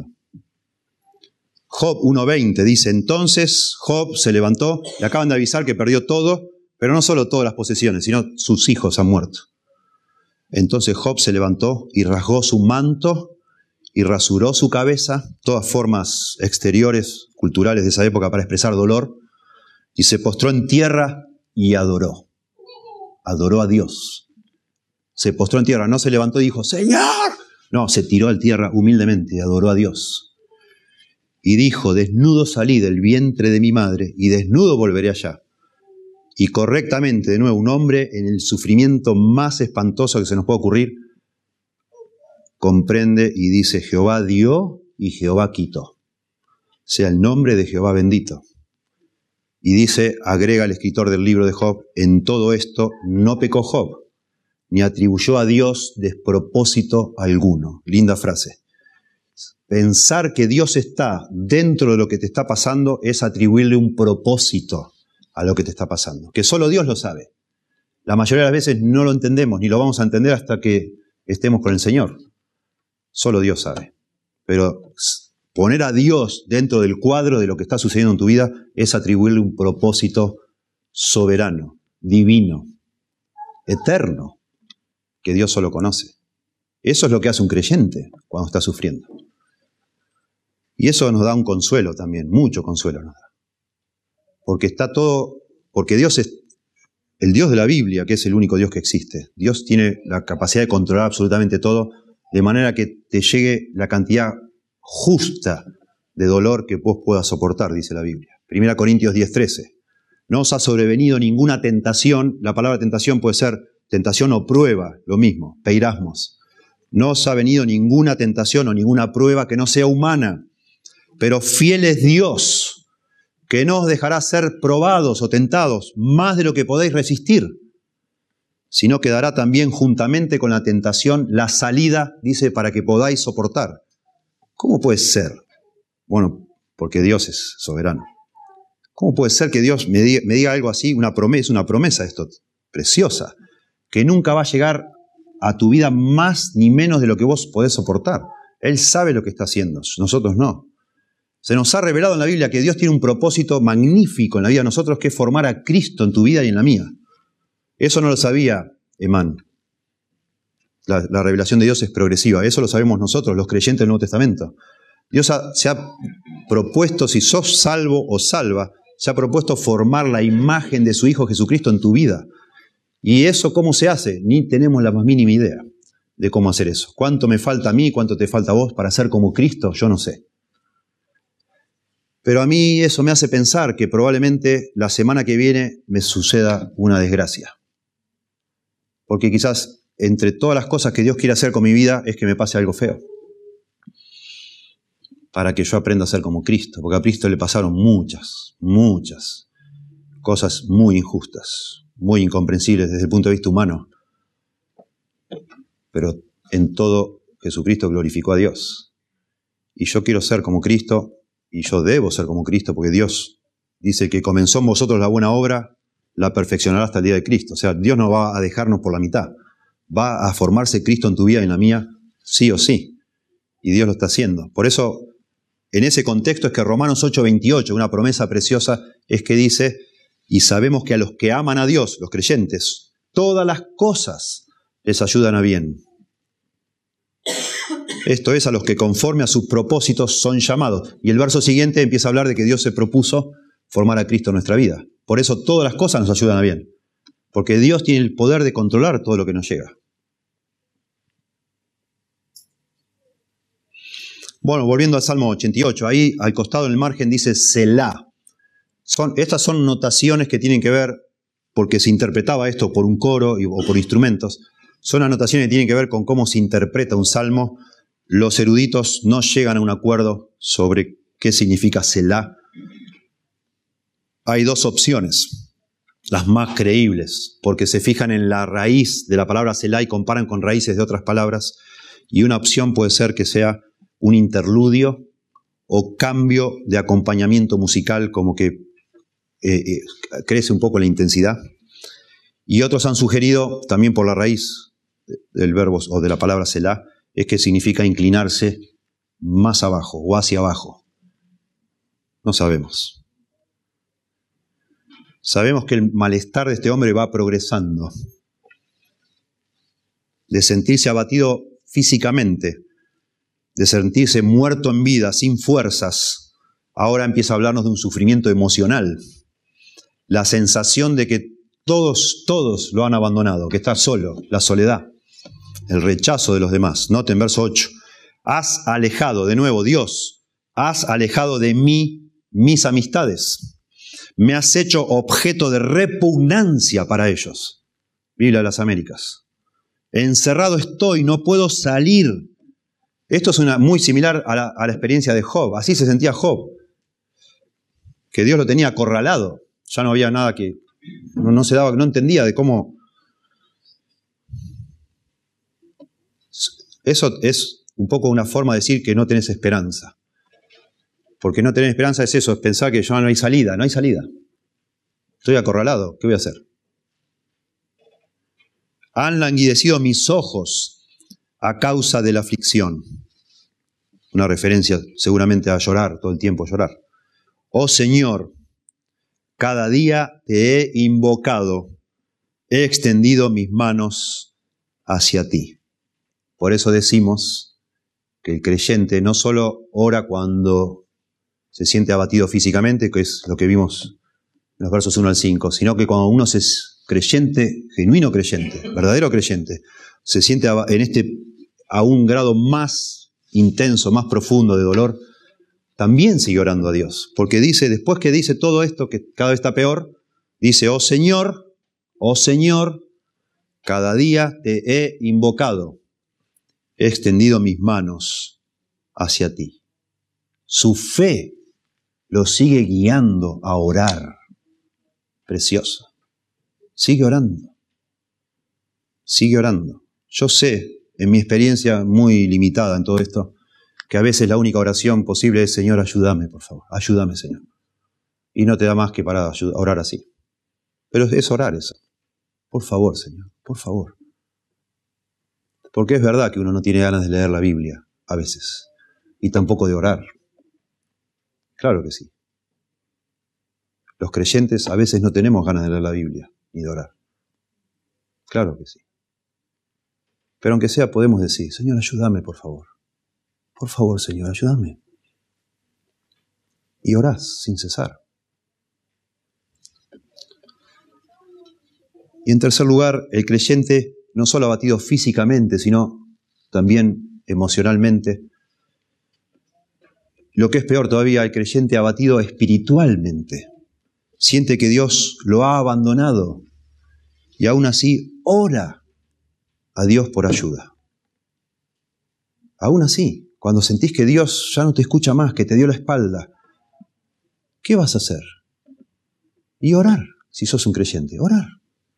A: Job uno veinte dice, entonces Job se levantó, le acaban de avisar que perdió todo, pero no solo todas las posesiones, sino sus hijos han muerto. Entonces Job se levantó y rasgó su manto y rasuró su cabeza, todas formas exteriores, culturales de esa época para expresar dolor, y se postró en tierra y adoró. Adoró a Dios. Se postró en tierra, no se levantó y dijo, ¡Señor! No, se tiró a tierra humildemente y adoró a Dios. Y dijo, desnudo salí del vientre de mi madre y desnudo volveré allá. Y correctamente, de nuevo, un hombre en el sufrimiento más espantoso que se nos puede ocurrir, comprende y dice, Jehová dio y Jehová quitó. Sea el nombre de Jehová bendito. Y dice, agrega el escritor del libro de Job, en todo esto no pecó Job, ni atribuyó a Dios despropósito alguno. Linda frase. Pensar que Dios está dentro de lo que te está pasando es atribuirle un propósito a lo que te está pasando, que solo Dios lo sabe. La mayoría de las veces no lo entendemos, ni lo vamos a entender hasta que estemos con el Señor. Solo Dios sabe. Pero poner a Dios dentro del cuadro de lo que está sucediendo en tu vida es atribuirle un propósito soberano, divino, eterno, que Dios solo conoce. Eso es lo que hace un creyente cuando está sufriendo. Y eso nos da un consuelo también, mucho consuelo nos da. Porque está todo, porque Dios es el Dios de la Biblia, que es el único Dios que existe. Dios tiene la capacidad de controlar absolutamente todo, de manera que te llegue la cantidad justa de dolor que vos puedas soportar, dice la Biblia. Primera Corintios diez trece. No os ha sobrevenido ninguna tentación, la palabra tentación puede ser tentación o prueba, lo mismo, peirasmos. No os ha venido ninguna tentación o ninguna prueba que no sea humana, pero fiel es Dios, que no os dejará ser probados o tentados más de lo que podéis resistir, sino que dará también juntamente con la tentación la salida, dice, para que podáis soportar. ¿Cómo puede ser? Bueno, porque Dios es soberano. ¿Cómo puede ser que Dios me diga, me diga algo así? Una promesa, una promesa esto, preciosa, que nunca va a llegar a tu vida más ni menos de lo que vos podés soportar. Él sabe lo que está haciendo, nosotros no. Se nos ha revelado en la Biblia que Dios tiene un propósito magnífico en la vida de nosotros, que es formar a Cristo en tu vida y en la mía. Eso no lo sabía Emán. La, la revelación de Dios es progresiva. Eso lo sabemos nosotros, los creyentes del Nuevo Testamento. Dios ha, se ha propuesto, si sos salvo o salva, se ha propuesto formar la imagen de su Hijo Jesucristo en tu vida. ¿Y eso cómo se hace? Ni tenemos la más mínima idea de cómo hacer eso. ¿Cuánto me falta a mí? ¿Cuánto te falta a vos para ser como Cristo? Yo no sé. Pero a mí eso me hace pensar que probablemente la semana que viene me suceda una desgracia. Porque quizás entre todas las cosas que Dios quiere hacer con mi vida es que me pase algo feo. Para que yo aprenda a ser como Cristo. Porque a Cristo le pasaron muchas, muchas cosas muy injustas, muy incomprensibles desde el punto de vista humano. Pero en todo Jesucristo glorificó a Dios. Y yo quiero ser como Cristo. Y yo debo ser como Cristo, porque Dios dice que comenzó en vosotros la buena obra, la perfeccionará hasta el día de Cristo. O sea, Dios no va a dejarnos por la mitad. Va a formarse Cristo en tu vida y en la mía, sí o sí. Y Dios lo está haciendo. Por eso, en ese contexto es que Romanos ocho veintiocho, una promesa preciosa, es que dice, y sabemos que a los que aman a Dios, los creyentes, todas las cosas les ayudan a bien. Esto es, a los que conforme a sus propósitos son llamados. Y el verso siguiente empieza a hablar de que Dios se propuso formar a Cristo en nuestra vida. Por eso todas las cosas nos ayudan a bien. Porque Dios tiene el poder de controlar todo lo que nos llega. Bueno, volviendo al Salmo ochenta y ocho, ahí al costado en el margen dice Selah. Son, estas son notaciones que tienen que ver, porque se interpretaba esto por un coro y, o por instrumentos, son anotaciones que tienen que ver con cómo se interpreta un salmo. Los eruditos no llegan a un acuerdo sobre qué significa Selah. Hay dos opciones, las más creíbles, porque se fijan en la raíz de la palabra Selah y comparan con raíces de otras palabras. Y una opción puede ser que sea un interludio o cambio de acompañamiento musical, como que eh, eh, crece un poco la intensidad. Y otros han sugerido, también por la raíz del verbo o de la palabra Selah, es que significa inclinarse más abajo o hacia abajo. No sabemos. Sabemos que el malestar de este hombre va progresando. De sentirse abatido físicamente, de sentirse muerto en vida, sin fuerzas, ahora empieza a hablarnos de un sufrimiento emocional. La sensación de que todos, todos lo han abandonado, que está solo, la soledad, el rechazo de los demás. Noten verso ocho. Has alejado, de nuevo, Dios, has alejado de mí mis amistades. Me has hecho objeto de repugnancia para ellos. Biblia de las Américas. Encerrado estoy, no puedo salir. Esto es una, muy similar a la, a la experiencia de Job. Así se sentía Job. Que Dios lo tenía acorralado. Ya no había nada que... No, no se daba, no entendía de cómo... Eso es un poco una forma de decir que no tenés esperanza. Porque no tener esperanza es eso, es pensar que ya no hay salida, no hay salida. Estoy acorralado, ¿qué voy a hacer? Han languidecido mis ojos a causa de la aflicción. Una referencia seguramente a llorar, todo el tiempo llorar. Oh Señor, cada día te he invocado, he extendido mis manos hacia ti. Por eso decimos que el creyente no solo ora cuando se siente abatido físicamente, que es lo que vimos en los versos uno al cinco, sino que cuando uno es creyente, genuino creyente, verdadero creyente, se siente en este a un grado más intenso, más profundo de dolor, también sigue orando a Dios. Porque dice, después que dice todo esto, que cada vez está peor, dice, oh Señor, oh Señor, cada día te he invocado, he extendido mis manos hacia ti. Su fe lo sigue guiando a orar. Precioso. Sigue orando. Sigue orando. Yo sé, en mi experiencia muy limitada en todo esto, que a veces la única oración posible es, Señor, ayúdame, por favor. Ayúdame, Señor. Y no te da más que para orar así. Pero es orar eso. Por favor, Señor, por favor. Porque es verdad que uno no tiene ganas de leer la Biblia, a veces. Y tampoco de orar. Claro que sí. Los creyentes a veces no tenemos ganas de leer la Biblia ni de orar. Claro que sí. Pero aunque sea, podemos decir, Señor, ayúdame, por favor. Por favor, Señor, ayúdame. Y orás sin cesar. Y en tercer lugar, el creyente no solo abatido físicamente, sino también emocionalmente. Lo que es peor todavía, el creyente abatido espiritualmente. Siente que Dios lo ha abandonado y aún así ora a Dios por ayuda. Aún así, cuando sentís que Dios ya no te escucha más, que te dio la espalda, ¿qué vas a hacer? Y orar, si sos un creyente, orar.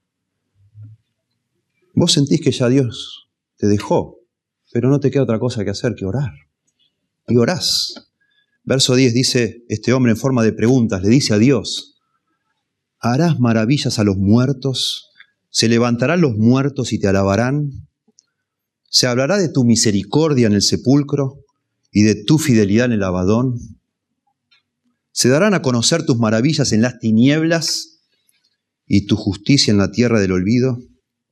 A: Vos sentís que ya Dios te dejó, pero no te queda otra cosa que hacer que orar. Y orás. Verso diez dice, este hombre en forma de preguntas le dice a Dios, ¿harás maravillas a los muertos? ¿Se levantarán los muertos y te alabarán? ¿Se hablará de tu misericordia en el sepulcro y de tu fidelidad en el Abadón? ¿Se darán a conocer tus maravillas en las tinieblas y tu justicia en la tierra del olvido?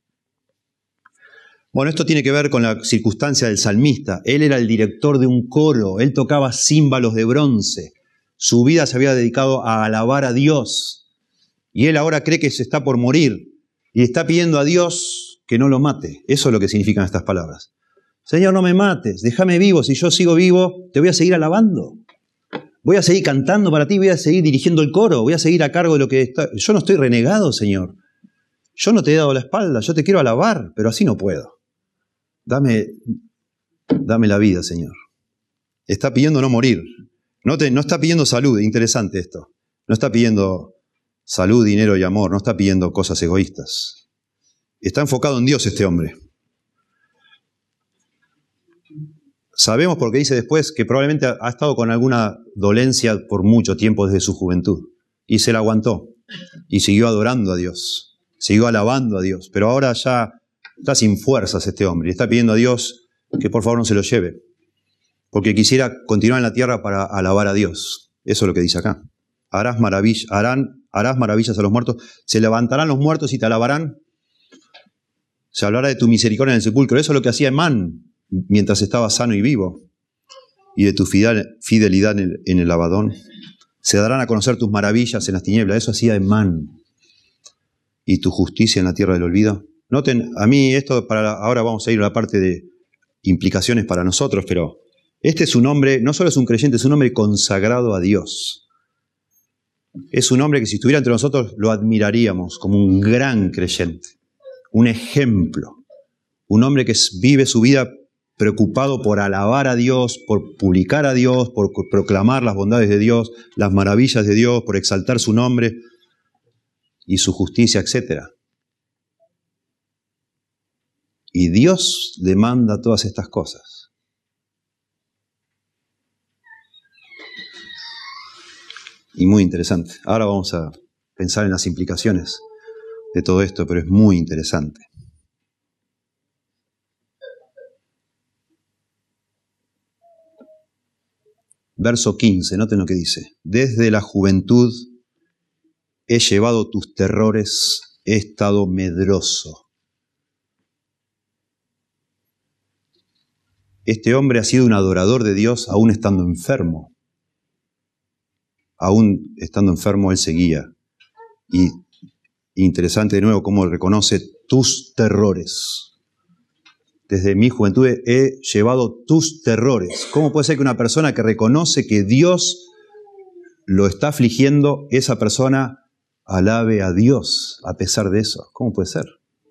A: Bueno, esto tiene que ver con la circunstancia del salmista. Él era el director de un coro, él tocaba címbalos de bronce. Su vida se había dedicado a alabar a Dios. Y él ahora cree que se está por morir y está pidiendo a Dios que no lo mate. Eso es lo que significan estas palabras. Señor, no me mates, déjame vivo. Si yo sigo vivo, te voy a seguir alabando. Voy a seguir cantando para ti, voy a seguir dirigiendo el coro, voy a seguir a cargo de lo que está. Yo no estoy renegado, Señor. Yo no te he dado la espalda, yo te quiero alabar, pero así no puedo. Dame, dame la vida, Señor. Está pidiendo no morir. No, te, no está pidiendo salud, interesante esto. No está pidiendo salud, dinero y amor, no está pidiendo cosas egoístas. Está enfocado en Dios este hombre. sabemos porque dice después que probablemente ha estado con alguna dolencia por mucho tiempo desde su juventud. Y se la aguantó. Y siguió adorando a Dios. Siguió alabando a Dios. Pero ahora ya está sin fuerzas este hombre. Y está pidiendo a Dios que por favor no se lo lleve. Porque quisiera continuar en la tierra para alabar a Dios. Eso es lo que dice acá. Harás, maravilla, harán, harás maravillas a los muertos. Se levantarán los muertos y te alabarán. Se hablará de tu misericordia en el sepulcro. Eso es lo que hacía Emán mientras estaba sano y vivo. Y de tu fidelidad en el, en el Abadón. Se darán a conocer tus maravillas en las tinieblas. Eso hacía Emán. Y tu justicia en la tierra del olvido. Noten, a mí esto, para ahora vamos a ir a la parte de implicaciones para nosotros, pero este es un hombre, no solo es un creyente, es un hombre consagrado a Dios. Es un hombre que si estuviera entre nosotros lo admiraríamos como un gran creyente. Un ejemplo. Un hombre que vive su vida preocupado por alabar a Dios, por publicar a Dios, por proclamar las bondades de Dios, las maravillas de Dios, por exaltar su nombre y su justicia, etcétera. Y Dios demanda todas estas cosas. Y muy interesante. Ahora vamos a pensar en las implicaciones de todo esto, pero es muy interesante. Verso quince, noten lo que dice. Desde la juventud he llevado tus terrores, he estado medroso. Este hombre ha sido un adorador de Dios aún estando enfermo. Aún estando enfermo, él seguía. Y interesante de nuevo cómo reconoce tus terrores. Desde mi juventud he llevado tus terrores. ¿Cómo puede ser que una persona que reconoce que Dios lo está afligiendo, esa persona alabe a Dios a pesar de eso? ¿Cómo puede ser?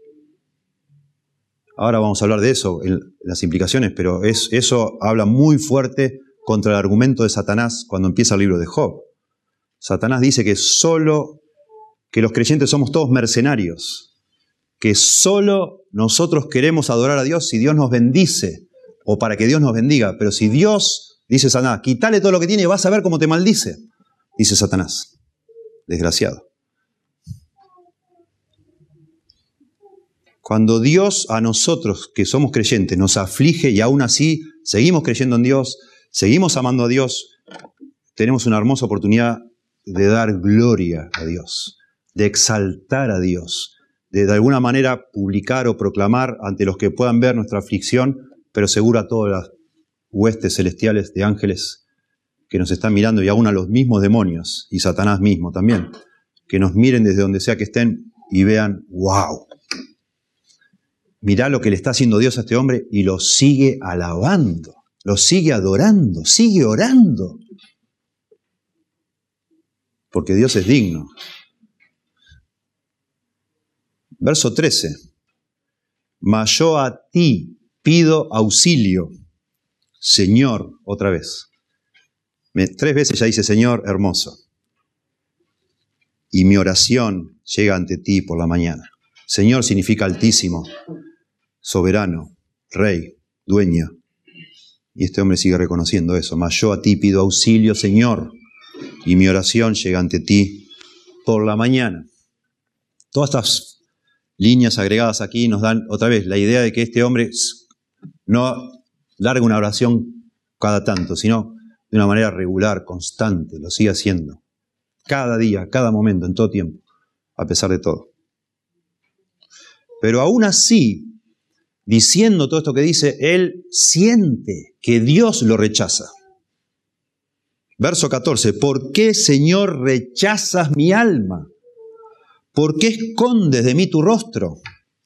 A: Ahora vamos a hablar de eso, en las implicaciones, pero es, eso habla muy fuerte contra el argumento de Satanás cuando empieza el libro de Job. Satanás dice que solo, que los creyentes somos todos mercenarios, que solo nosotros queremos adorar a Dios si Dios nos bendice o para que Dios nos bendiga. Pero si Dios, dice Satanás, quítale todo lo que tiene y vas a ver cómo te maldice, dice Satanás. Desgraciado. Cuando Dios a nosotros, que somos creyentes, nos aflige y aún así seguimos creyendo en Dios, seguimos amando a Dios, tenemos una hermosa oportunidad de dar gloria a Dios, de exaltar a Dios, de de alguna manera publicar o proclamar ante los que puedan ver nuestra aflicción, pero seguro a todas las huestes celestiales de ángeles que nos están mirando y aún a los mismos demonios y Satanás mismo también, que nos miren desde donde sea que estén y vean, wow, mirá lo que le está haciendo Dios a este hombre y lo sigue alabando, lo sigue adorando, sigue orando. Porque Dios es digno. Verso trece. Mas yo a ti pido auxilio, Señor, otra vez. Me, tres veces ya dice Señor, hermoso. Y mi oración llega ante ti por la mañana. Señor significa altísimo, soberano, rey, dueño. Y este hombre sigue reconociendo eso. Mas yo a ti pido auxilio, Señor, y mi oración llega ante ti por la mañana. Todas estas líneas agregadas aquí nos dan otra vez la idea de que este hombre no larga una oración cada tanto, sino de una manera regular, constante, lo sigue haciendo. Cada día, cada momento, en todo tiempo, a pesar de todo. Pero aún así, diciendo todo esto que dice, él siente que Dios lo rechaza. Verso catorce, ¿por qué, Señor, rechazas mi alma? ¿Por qué escondes de mí tu rostro?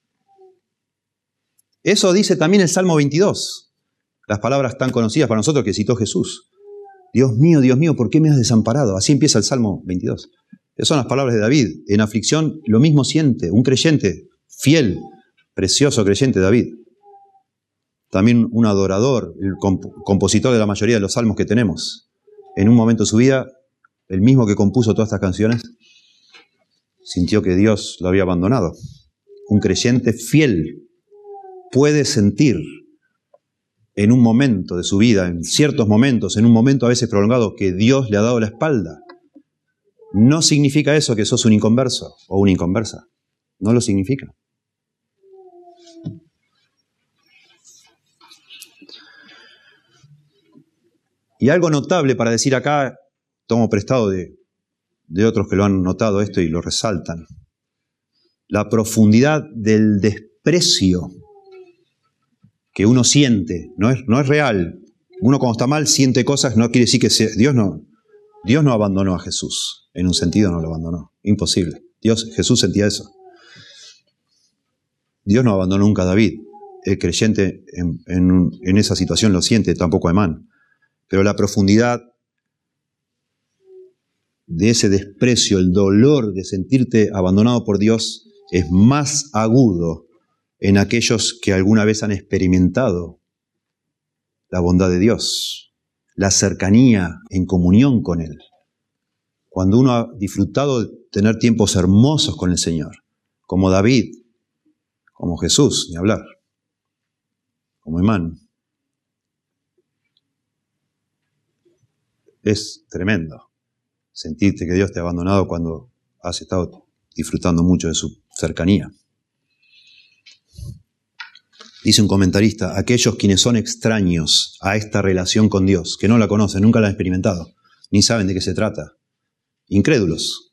A: Eso dice también el Salmo veintidós, las palabras tan conocidas para nosotros que citó Jesús. Dios mío, Dios mío, ¿por qué me has desamparado? Así empieza el Salmo veintidós. Esas son las palabras de David. En aflicción lo mismo siente un creyente fiel, precioso creyente David. También un adorador, el comp- compositor de la mayoría de los salmos que tenemos. En un momento de su vida, el mismo que compuso todas estas canciones, sintió que Dios lo había abandonado. Un creyente fiel puede sentir en un momento de su vida, en ciertos momentos, en un momento a veces prolongado, que Dios le ha dado la espalda, no significa eso que sos un inconverso o una inconversa. No lo significa. Y algo notable para decir acá, tomo prestado de, de otros que lo han notado esto y lo resaltan. La profundidad del desprecio que uno siente, no es, no es real. Uno cuando está mal siente cosas, no quiere decir que sea, Dios no, Dios no abandonó a Jesús. En un sentido no lo abandonó. Imposible. Dios, Jesús sentía eso. Dios no abandonó nunca a David. El creyente en, en, en esa situación lo siente, tampoco a Emán. Pero la profundidad de ese desprecio, el dolor de sentirte abandonado por Dios, es más agudo en aquellos que alguna vez han experimentado la bondad de Dios, la cercanía en comunión con Él. Cuando uno ha disfrutado de tener tiempos hermosos con el Señor, como David, como Jesús, ni hablar, como Emán. Es tremendo sentirte que Dios te ha abandonado cuando has estado disfrutando mucho de su cercanía. Dice un comentarista, aquellos quienes son extraños a esta relación con Dios, que no la conocen, nunca la han experimentado, ni saben de qué se trata, incrédulos,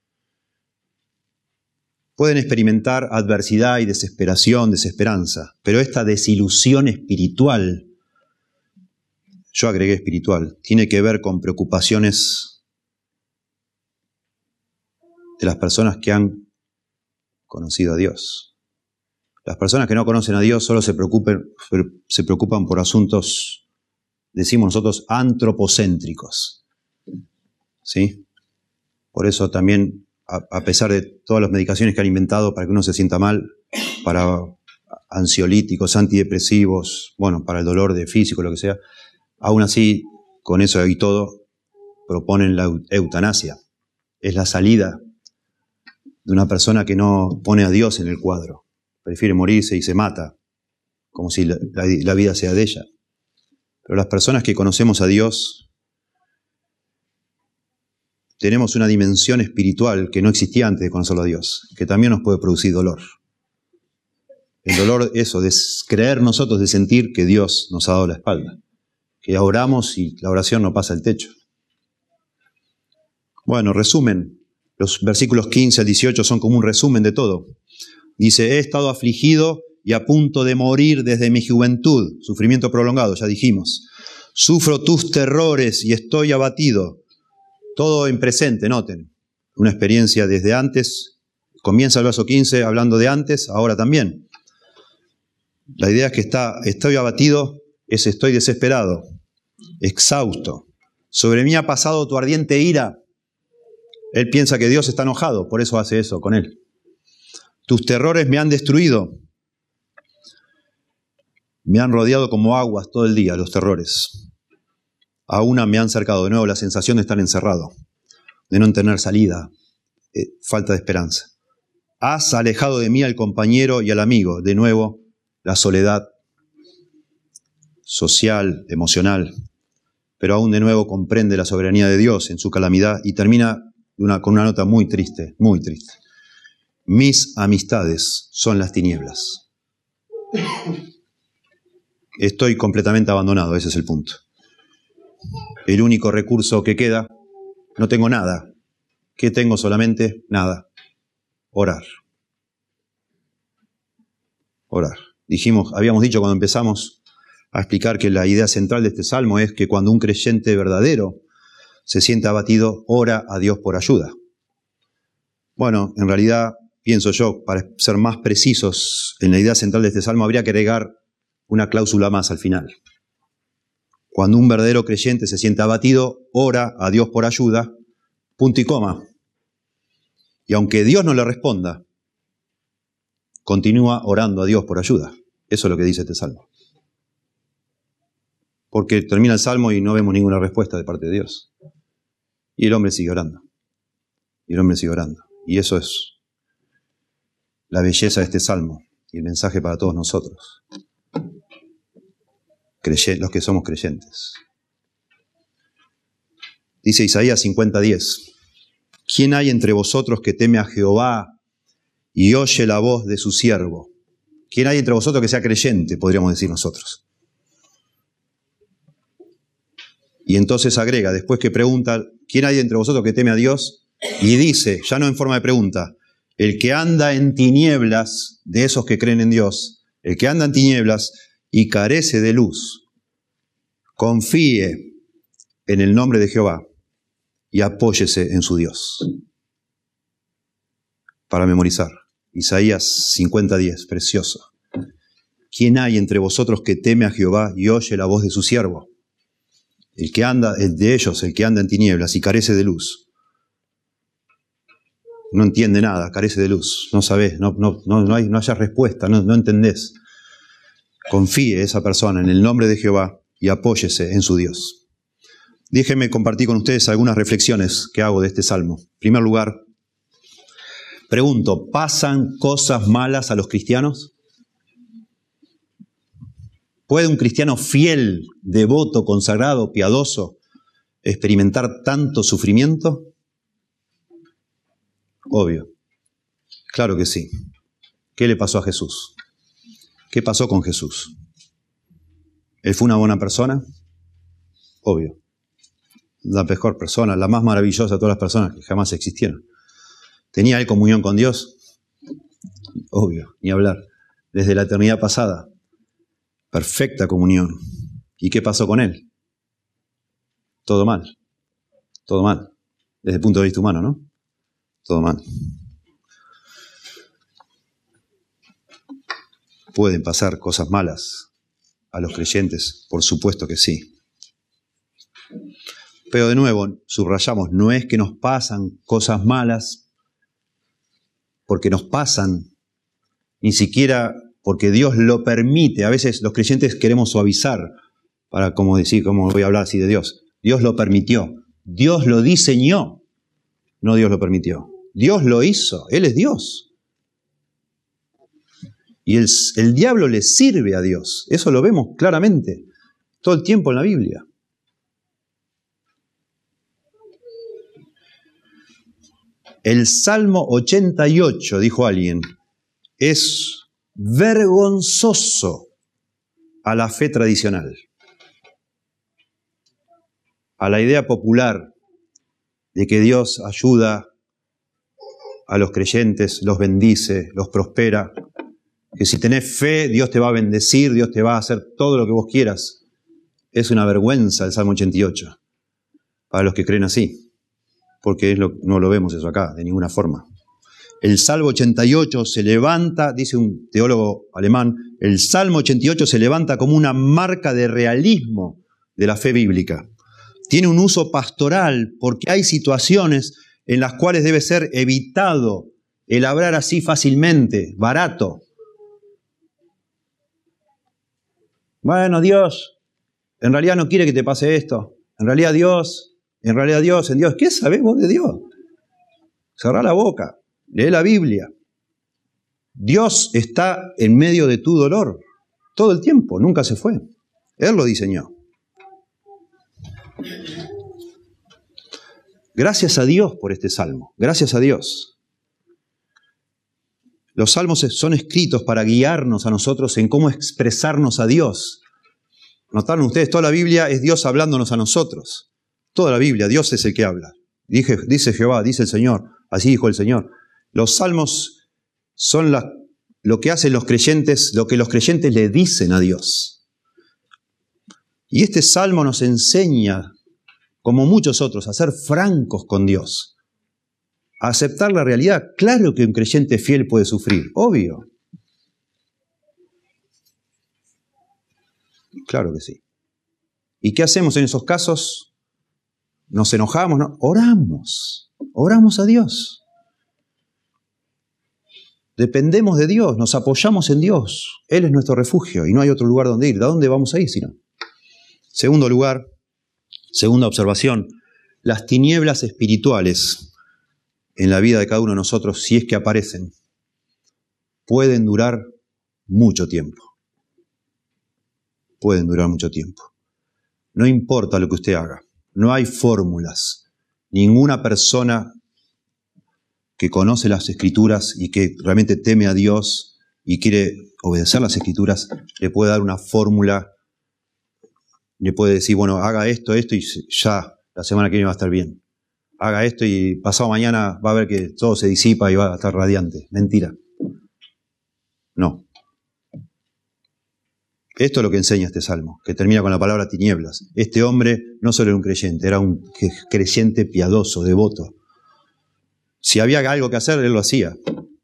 A: pueden experimentar adversidad y desesperación, desesperanza, pero esta desilusión espiritual, yo agregué espiritual, tiene que ver con preocupaciones de las personas que han conocido a Dios. Las personas que no conocen a Dios solo se preocupan, se preocupan por asuntos, decimos nosotros, antropocéntricos. ¿Sí? Por eso también, a, a pesar de todas las medicaciones que han inventado para que uno se sienta mal, para ansiolíticos, antidepresivos, bueno, para el dolor de físico, lo que sea, aún así, con eso y todo, proponen la eutanasia. Es la salida de una persona que no pone a Dios en el cuadro. Prefiere morirse y se mata, como si la, la, la vida sea de ella. Pero las personas que conocemos a Dios, tenemos una dimensión espiritual que no existía antes de conocerlo a Dios, que también nos puede producir dolor. El dolor, eso, de creer nosotros, de sentir que Dios nos ha dado la espalda, que oramos y la oración no pasa el techo. Bueno, resumen, los versículos quince al dieciocho son como un resumen de todo. Dice, he estado afligido y a punto de morir desde mi juventud. Sufrimiento prolongado, ya dijimos. Sufro tus terrores y estoy abatido. Todo en presente, noten. Una experiencia desde antes. Comienza el verso quince hablando de antes, ahora también. La idea es que está, estoy abatido, es estoy desesperado, exhausto. Sobre mí ha pasado tu ardiente ira. Él piensa que Dios está enojado, por eso hace eso con él. Tus terrores me han destruido. Me han rodeado como aguas todo el día, los terrores. A una me han cercado de nuevo la sensación de estar encerrado, de no tener salida, eh, falta de esperanza. Has alejado de mí al compañero y al amigo, de nuevo la soledad social, emocional, pero aún de nuevo comprende la soberanía de Dios en su calamidad y termina de una, con una nota muy triste, muy triste. Mis amistades son las tinieblas. Estoy completamente abandonado, ese es el punto. El único recurso que queda, no tengo nada. ¿Qué tengo solamente? Nada. Orar. Orar. Dijimos, habíamos dicho cuando empezamos a explicar que la idea central de este salmo es que cuando un creyente verdadero se siente abatido, ora a Dios por ayuda. Bueno, en realidad, pienso yo, para ser más precisos en la idea central de este salmo, habría que agregar una cláusula más al final. Cuando un verdadero creyente se siente abatido, ora a Dios por ayuda, punto y coma. Y aunque Dios no le responda, continúa orando a Dios por ayuda. Eso es lo que dice este salmo. Porque termina el salmo y no vemos ninguna respuesta de parte de Dios. Y el hombre sigue orando. Y el hombre sigue orando. Y eso es la belleza de este salmo y el mensaje para todos nosotros. creyentes, los que somos creyentes. Dice Isaías cincuenta diez. ¿Quién hay entre vosotros que teme a Jehová y oye la voz de su siervo? ¿Quién hay entre vosotros que sea creyente, podríamos decir nosotros? Y entonces agrega, después que pregunta, ¿quién hay entre vosotros que teme a Dios? Y dice, ya no en forma de pregunta, el que anda en tinieblas, de esos que creen en Dios, el que anda en tinieblas y carece de luz, confíe en el nombre de Jehová y apóyese en su Dios. Para memorizar, Isaías cincuenta diez, precioso. ¿Quién hay entre vosotros que teme a Jehová y oye la voz de su siervo? El que anda, el de ellos, el que anda en tinieblas y carece de luz. No entiende nada, carece de luz. No sabés, no, no, no, no, hay, no haya respuesta, no, no entendés. Confíe esa persona en el nombre de Jehová y apóyese en su Dios. Déjenme compartir con ustedes algunas reflexiones que hago de este salmo. En primer lugar, pregunto, ¿pasan cosas malas a los cristianos? ¿Puede un cristiano fiel, devoto, consagrado, piadoso, experimentar tanto sufrimiento? Obvio. Claro que sí. ¿Qué le pasó a Jesús? ¿Qué pasó con Jesús? ¿Él fue una buena persona? Obvio. La mejor persona, la más maravillosa de todas las personas que jamás existieron. ¿Tenía él comunión con Dios? Obvio, ni hablar. Desde la eternidad pasada. Perfecta comunión. ¿Y qué pasó con él? Todo mal. Todo mal. Desde el punto de vista humano, ¿no? Todo mal. ¿Pueden pasar cosas malas a los creyentes? Por supuesto que sí. Pero de nuevo, subrayamos, no es que nos pasan cosas malas porque nos pasan, ni siquiera porque Dios lo permite. A veces los creyentes queremos suavizar para, como decir, como voy a hablar así de Dios. Dios lo permitió. Dios lo diseñó. No Dios lo permitió. Dios lo hizo. Él es Dios. Y el, el diablo le sirve a Dios. Eso lo vemos claramente todo el tiempo en la Biblia. El Salmo ochenta y ocho, dijo alguien, es vergonzoso a la fe tradicional, a la idea popular de que Dios ayuda a los creyentes, los bendice, los prospera, que si tenés fe, Dios te va a bendecir, Dios te va a hacer todo lo que vos quieras. Es una vergüenza el Salmo ochenta y ocho para los que creen así, porque es lo, no lo vemos eso acá, de ninguna forma. El Salmo ochenta y ocho se levanta, dice un teólogo alemán, el Salmo ochenta y ocho se levanta como una marca de realismo de la fe bíblica. Tiene un uso pastoral porque hay situaciones en las cuales debe ser evitado el hablar así fácilmente, barato. Bueno, Dios, en realidad no quiere que te pase esto. En realidad Dios, en realidad Dios, en Dios. ¿Qué sabés vos de Dios? Cerrá la boca. Lee la Biblia. Dios está en medio de tu dolor todo el tiempo, nunca se fue. Él lo diseñó. Gracias a Dios por este salmo. Gracias a Dios. Los salmos son escritos para guiarnos a nosotros en cómo expresarnos a Dios. ¿Notaron ustedes? Toda la Biblia es Dios hablándonos a nosotros. Toda la Biblia, Dios es el que habla. Dice, dice Jehová, dice el Señor. Así dijo el Señor. Los salmos son la, lo que hacen los creyentes, lo que los creyentes le dicen a Dios. Y este salmo nos enseña, como muchos otros, a ser francos con Dios, a aceptar la realidad. Claro que un creyente fiel puede sufrir, obvio. Claro que sí. ¿Y qué hacemos en esos casos? ¿Nos enojamos? ¿No? Oramos, oramos a Dios. Dependemos de Dios, nos apoyamos en Dios. Él es nuestro refugio y no hay otro lugar donde ir. ¿De dónde vamos a ir si no? Segundo lugar, segunda observación, las tinieblas espirituales en la vida de cada uno de nosotros, si es que aparecen, pueden durar mucho tiempo. pueden durar mucho tiempo. No importa lo que usted haga, no hay fórmulas. Ninguna persona que conoce las Escrituras y que realmente teme a Dios y quiere obedecer las Escrituras, le puede dar una fórmula, le puede decir, bueno, haga esto, esto y ya, la semana que viene va a estar bien. Haga esto y pasado mañana va a ver que todo se disipa y va a estar radiante. Mentira. No. Esto es lo que enseña este salmo, que termina con la palabra tinieblas. Este hombre no solo era un creyente, era un creyente piadoso, devoto. Si había algo que hacer, él lo hacía.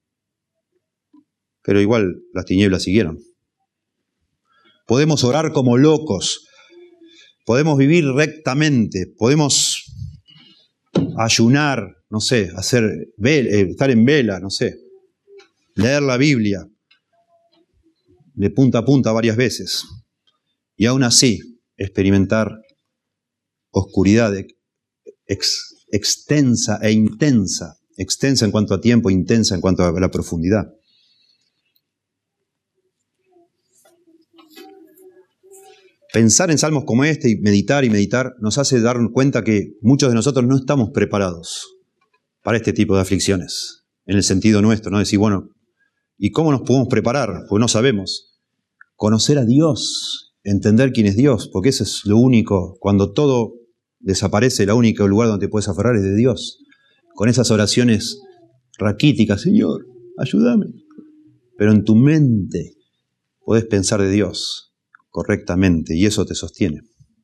A: Pero igual las tinieblas siguieron. Podemos orar como locos, podemos vivir rectamente, podemos ayunar, no sé, hacer, estar en vela, no sé, leer la Biblia de punta a punta varias veces y aún así experimentar oscuridad ex, extensa e intensa, extensa en cuanto a tiempo, intensa en cuanto a la profundidad. Pensar en salmos como este y meditar y meditar nos hace darnos cuenta que muchos de nosotros no estamos preparados para este tipo de aflicciones, en el sentido nuestro, ¿no? Decir, bueno, ¿y cómo nos podemos preparar? Pues no sabemos. Conocer a Dios, entender quién es Dios, porque eso es lo único, cuando todo desaparece, el único lugar donde te puedes aferrar es de Dios. Con esas oraciones raquíticas, Señor, ayúdame. Pero en tu mente podés pensar de Dios correctamente y eso te sostiene.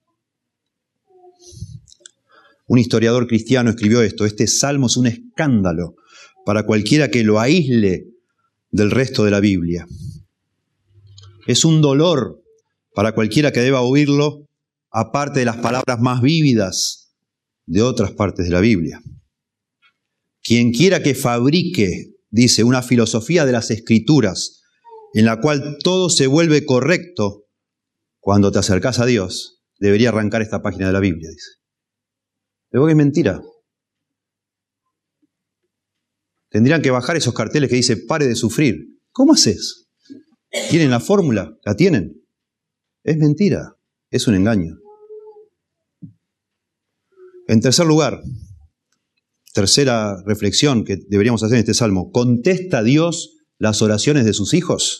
A: Un historiador cristiano escribió esto: este salmo es un escándalo para cualquiera que lo aísle del resto de la Biblia. Es un dolor para cualquiera que deba oírlo, aparte de las palabras más vívidas de otras partes de la Biblia. Quien quiera que fabrique, dice, una filosofía de las Escrituras en la cual todo se vuelve correcto cuando te acercás a Dios, debería arrancar esta página de la Biblia, dice. Pero que es mentira. Tendrían que bajar esos carteles que dice pare de sufrir. ¿Cómo haces? ¿Tienen la fórmula? ¿La tienen? Es mentira. Es un engaño. En tercer lugar, tercera reflexión que deberíamos hacer en este salmo: ¿contesta Dios las oraciones de sus hijos?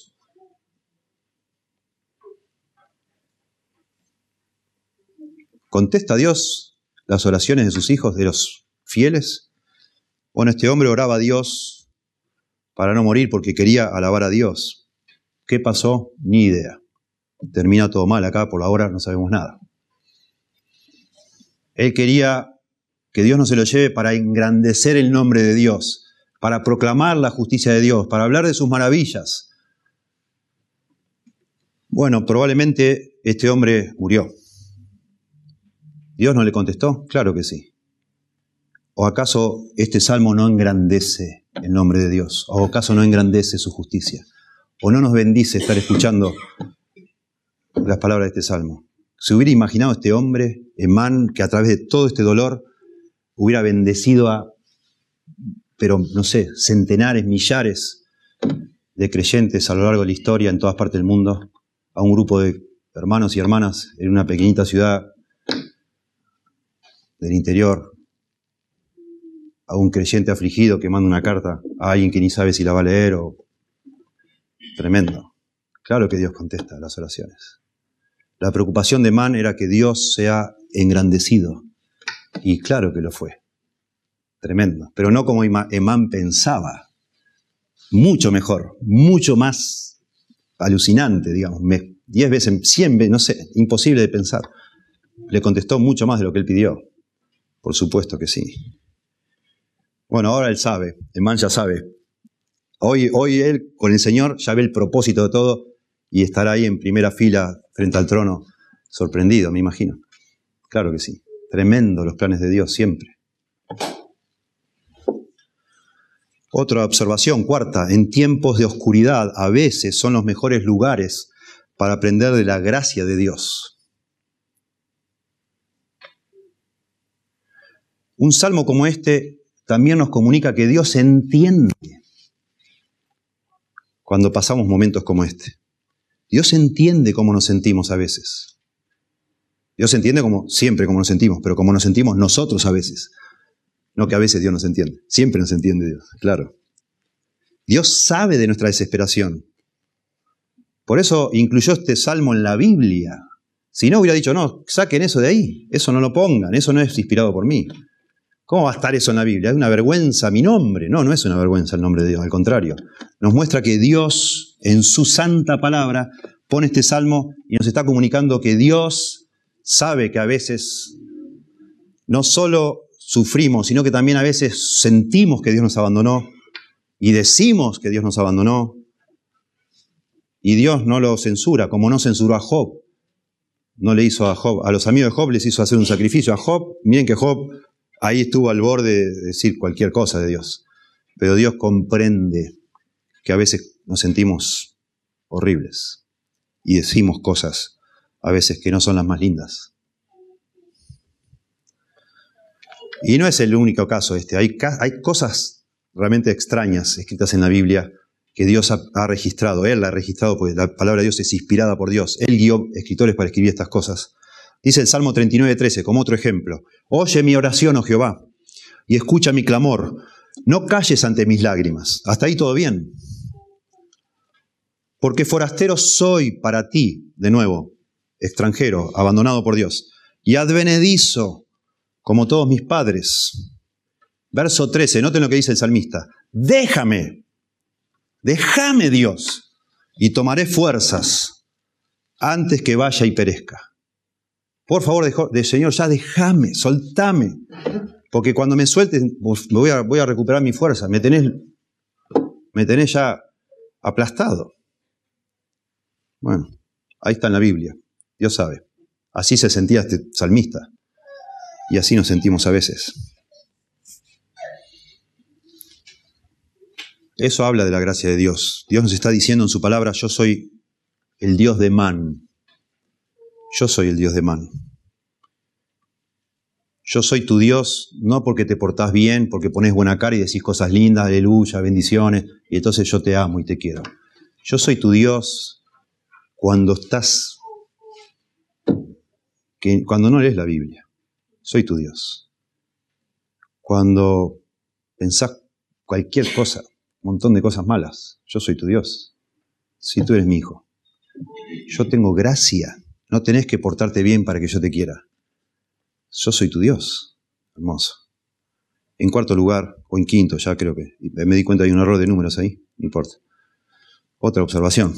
A: ¿Contesta Dios las oraciones de sus hijos, de los fieles? Bueno, este hombre oraba a Dios para no morir porque quería alabar a Dios. ¿Qué pasó? Ni idea. Termina todo mal acá, por ahora no sabemos nada. Él quería que Dios no se lo lleve para engrandecer el nombre de Dios, para proclamar la justicia de Dios, para hablar de sus maravillas. Bueno, probablemente este hombre murió. ¿Dios no le contestó? Claro que sí. ¿O acaso este salmo no engrandece el nombre de Dios? ¿O acaso no engrandece su justicia? ¿O no nos bendice estar escuchando las palabras de este salmo? ¿Se hubiera imaginado este hombre, Emán, que a través de todo este dolor hubiera bendecido a, pero no sé, centenares, millares de creyentes a lo largo de la historia en todas partes del mundo, a un grupo de hermanos y hermanas en una pequeñita ciudad del interior, a un creyente afligido que manda una carta a alguien que ni sabe si la va a leer? O... Tremendo. Claro que Dios contesta las oraciones. La preocupación de Emán era que Dios sea engrandecido. Y claro que lo fue. Tremendo. Pero no como Emán pensaba. Mucho mejor, mucho más alucinante, digamos. Diez veces, cien veces, no sé, imposible de pensar. Le contestó mucho más de lo que él pidió. Por supuesto que sí. Bueno, ahora él sabe, Emán ya sabe. Hoy, hoy él, con el Señor, ya ve el propósito de todo y estará ahí en primera fila frente al trono, sorprendido, me imagino. Claro que sí. Tremendo los planes de Dios siempre. Otra observación, cuarta: en tiempos de oscuridad a veces son los mejores lugares para aprender de la gracia de Dios. Un salmo como este también nos comunica que Dios entiende cuando pasamos momentos como este. Dios entiende cómo nos sentimos a veces. Dios entiende como, siempre cómo nos sentimos, pero como nos sentimos nosotros a veces. No que a veces Dios nos entiende. Siempre nos entiende Dios, claro. Dios sabe de nuestra desesperación. Por eso incluyó este salmo en la Biblia. Si no, hubiera dicho, no, saquen eso de ahí. Eso no lo pongan, eso no es inspirado por mí. ¿Cómo va a estar eso en la Biblia? Es una vergüenza mi nombre. No, no es una vergüenza el nombre de Dios, al contrario. Nos muestra que Dios, en su santa palabra, pone este salmo y nos está comunicando que Dios sabe que a veces no solo sufrimos, sino que también a veces sentimos que Dios nos abandonó y decimos que Dios nos abandonó. Y Dios no lo censura, como no censuró a Job. No le hizo a Job, a los amigos de Job les hizo hacer un sacrificio. A Job, miren que Job ahí estuvo al borde de decir cualquier cosa de Dios. Pero Dios comprende que a veces nos sentimos horribles y decimos cosas a veces que no son las más lindas. Y no es el único caso este. Hay, hay cosas realmente extrañas escritas en la Biblia que Dios ha, ha registrado. Él la ha registrado porque la palabra de Dios es inspirada por Dios. Él guió escritores para escribir estas cosas. Dice el Salmo treinta y nueve, trece, como otro ejemplo. Oye mi oración, oh Jehová, y escucha mi clamor. No calles ante mis lágrimas. Hasta ahí todo bien. Porque forastero soy para ti, de nuevo, extranjero, abandonado por Dios, y advenedizo, como todos mis padres. Verso trece, noten lo que dice el salmista. Déjame, déjame Dios, y tomaré fuerzas antes que vaya y perezca. Por favor, de, de Señor, ya déjame, soltame, porque cuando me sueltes me voy a, voy a recuperar mi fuerza. Me tenés, me tenés ya aplastado. Bueno, ahí está en la Biblia, Dios sabe. Así se sentía este salmista, y así nos sentimos a veces. Eso habla de la gracia de Dios. Dios nos está diciendo en su palabra, yo soy el Dios de Man. Yo soy el Dios de Man. Yo soy tu Dios, no porque te portás bien, porque pones buena cara y decís cosas lindas, aleluya, bendiciones, y entonces yo te amo y te quiero. Yo soy tu Dios cuando estás, que, cuando no lees la Biblia. Soy tu Dios. Cuando pensás cualquier cosa, un montón de cosas malas, yo soy tu Dios. Si tú eres mi hijo. Yo tengo gracia. No tenés que portarte bien para que yo te quiera. Yo soy tu Dios. Hermoso. En cuarto lugar, o en quinto, ya creo que me di cuenta que hay un error de números ahí, no importa. Otra observación.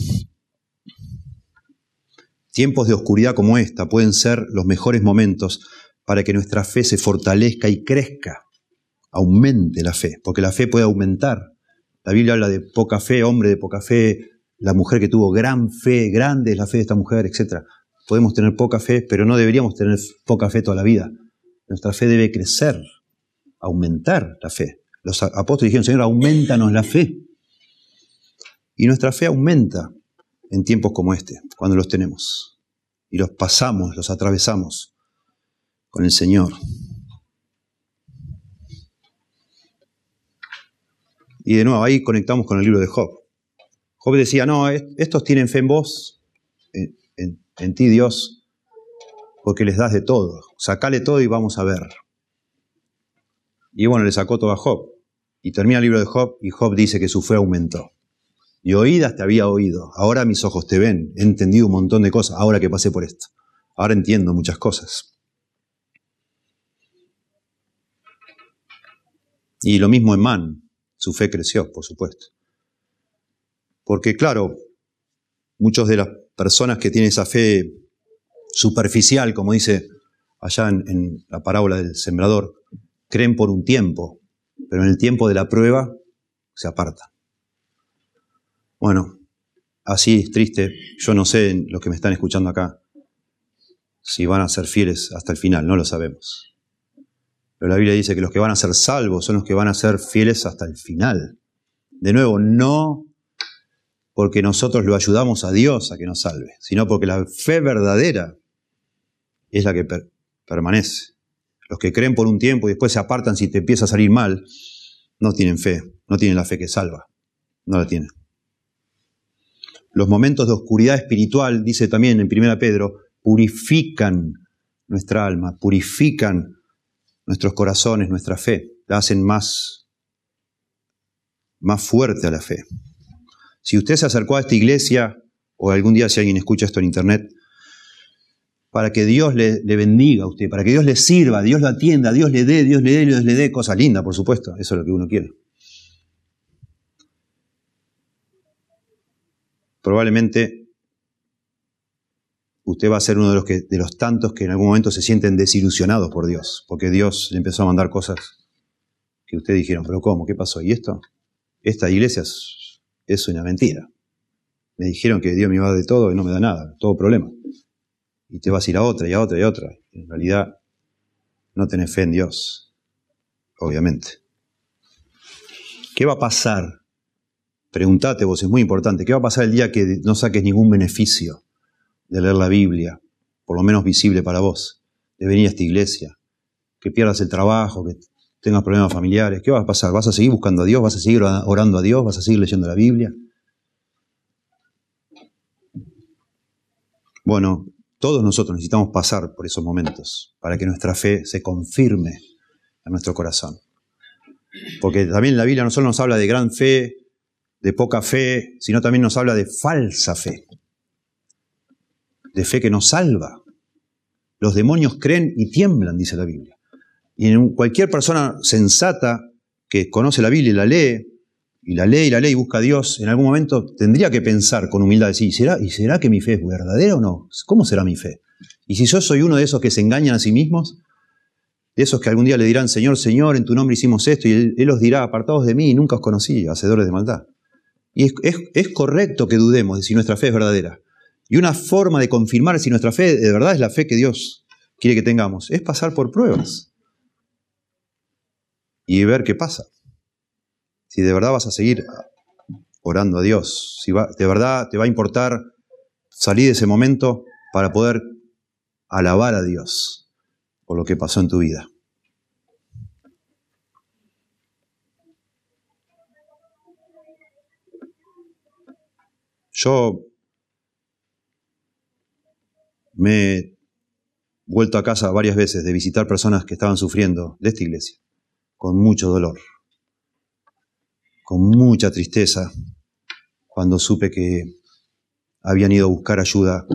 A: Tiempos de oscuridad como esta pueden ser los mejores momentos para que nuestra fe se fortalezca y crezca. Aumente la fe, porque la fe puede aumentar. La Biblia habla de poca fe, hombre de poca fe, la mujer que tuvo gran fe, grande es la fe de esta mujer, etcétera. Podemos tener poca fe, pero no deberíamos tener poca fe toda la vida. Nuestra fe debe crecer, aumentar la fe. Los apóstoles dijeron, Señor, aumentanos la fe. Y nuestra fe aumenta en tiempos como este, cuando los tenemos. Y los pasamos, los atravesamos con el Señor. Y de nuevo, ahí conectamos con el libro de Job. Job decía, no, estos tienen fe en vos, en, en, en ti Dios, porque les das de todo. Sacale todo y vamos a ver. Y bueno, le sacó todo a Job. Y termina el libro de Job y Job dice que su fe aumentó. Y oídas te había oído, ahora mis ojos te ven. He entendido un montón de cosas, ahora que pasé por esto. Ahora entiendo muchas cosas. Y lo mismo en Man. Su fe creció, por supuesto. Porque claro, muchas de las personas que tienen esa fe superficial, como dice allá en, en la parábola del sembrador, creen por un tiempo, pero en el tiempo de la prueba se apartan. Bueno, así es triste. Yo no sé, los que me están escuchando acá, si van a ser fieles hasta el final, no lo sabemos. Pero la Biblia dice que los que van a ser salvos son los que van a ser fieles hasta el final. De nuevo, no porque nosotros lo ayudamos a Dios a que nos salve, sino porque la fe verdadera es la que per- permanece. Los que creen por un tiempo y después se apartan si te empieza a salir mal, no tienen fe, no tienen la fe que salva, no la tienen. Los momentos de oscuridad espiritual, dice también en primera Pedro, purifican nuestra alma, purifican nuestros corazones, nuestra fe, la hacen más, más fuerte a la fe. Si usted se acercó a esta iglesia, o algún día si alguien escucha esto en internet, para que Dios le, le bendiga a usted, para que Dios le sirva, Dios lo atienda, Dios le dé, Dios le dé, Dios le dé, cosa linda, por supuesto, eso es lo que uno quiere. Probablemente usted va a ser uno de los, que, de los tantos que en algún momento se sienten desilusionados por Dios, porque Dios le empezó a mandar cosas que ustedes dijeron, pero ¿cómo? ¿Qué pasó? ¿Y esto? Esta iglesia es, es una mentira. Me dijeron que Dios me iba a dar de todo y no me da nada, todo problema. Y te vas a ir a otra y a otra y a otra. En realidad no tenés fe en Dios, obviamente. ¿Qué va a pasar? Preguntate vos, es muy importante. ¿Qué va a pasar el día que no saques ningún beneficio de leer la Biblia, por lo menos visible para vos, de venir a esta iglesia, que pierdas el trabajo, que tengas problemas familiares? ¿Qué va a pasar? ¿Vas a seguir buscando a Dios? ¿Vas a seguir orando a Dios? ¿Vas a seguir leyendo la Biblia? Bueno, todos nosotros necesitamos pasar por esos momentos para que nuestra fe se confirme en nuestro corazón. Porque también la Biblia no solo nos habla de gran fe, de poca fe, sino también nos habla de falsa fe. De fe que nos salva. Los demonios creen y tiemblan, dice la Biblia. Y en cualquier persona sensata que conoce la Biblia y la lee, y la lee y la lee y busca a Dios, en algún momento tendría que pensar con humildad, decir, ¿será, ¿y será que mi fe es verdadera o no? ¿Cómo será mi fe? Y si yo soy uno de esos que se engañan a sí mismos, de esos que algún día le dirán, Señor, Señor, en tu nombre hicimos esto, y Él, él os dirá, apartados de mí, nunca os conocí, hacedores de maldad. Y es, es, es correcto que dudemos de si nuestra fe es verdadera. Y una forma de confirmar si nuestra fe de verdad es la fe que Dios quiere que tengamos, es pasar por pruebas y ver qué pasa. Si de verdad vas a seguir orando a Dios, si va, de verdad te va a importar salir de ese momento para poder alabar a Dios por lo que pasó en tu vida. Yo me he vuelto a casa varias veces de visitar personas que estaban sufriendo de esta iglesia, con mucho dolor, con mucha tristeza, cuando supe que habían ido a buscar ayuda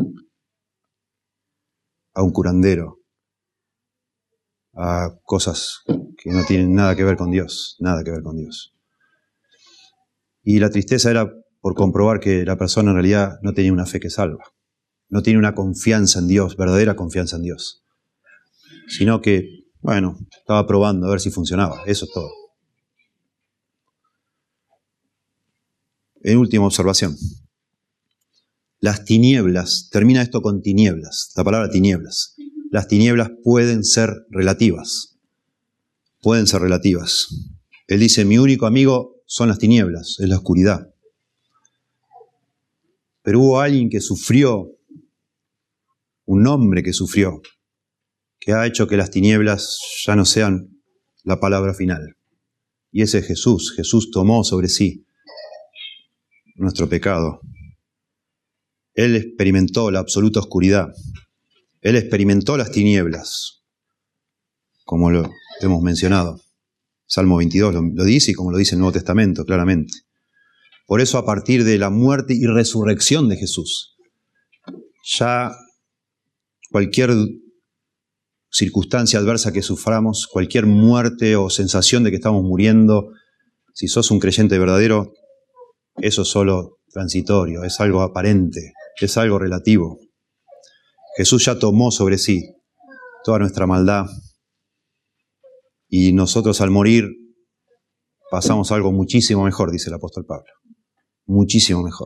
A: a un curandero, a cosas que no tienen nada que ver con Dios, nada que ver con Dios. Y la tristeza era por comprobar que la persona en realidad no tenía una fe que salva, no tiene una confianza en Dios, verdadera confianza en Dios, sino que, bueno, estaba probando a ver si funcionaba, eso es todo. En última observación, las tinieblas, termina esto con tinieblas, la palabra tinieblas. Las tinieblas pueden ser relativas, pueden ser relativas. Él dice, mi único amigo son las tinieblas, es la oscuridad. Pero hubo alguien que sufrió, un hombre que sufrió, que ha hecho que las tinieblas ya no sean la palabra final. Y ese es Jesús. Jesús tomó sobre sí nuestro pecado. Él experimentó la absoluta oscuridad. Él experimentó las tinieblas, como lo hemos mencionado. Salmo veintidós lo, lo dice y como lo dice el Nuevo Testamento, claramente. Por eso, a partir de la muerte y resurrección de Jesús, ya cualquier circunstancia adversa que suframos, cualquier muerte o sensación de que estamos muriendo, si sos un creyente verdadero, eso es solo transitorio, es algo aparente, es algo relativo. Jesús ya tomó sobre sí toda nuestra maldad y nosotros al morir pasamos algo muchísimo mejor, dice el apóstol Pablo. Muchísimo mejor.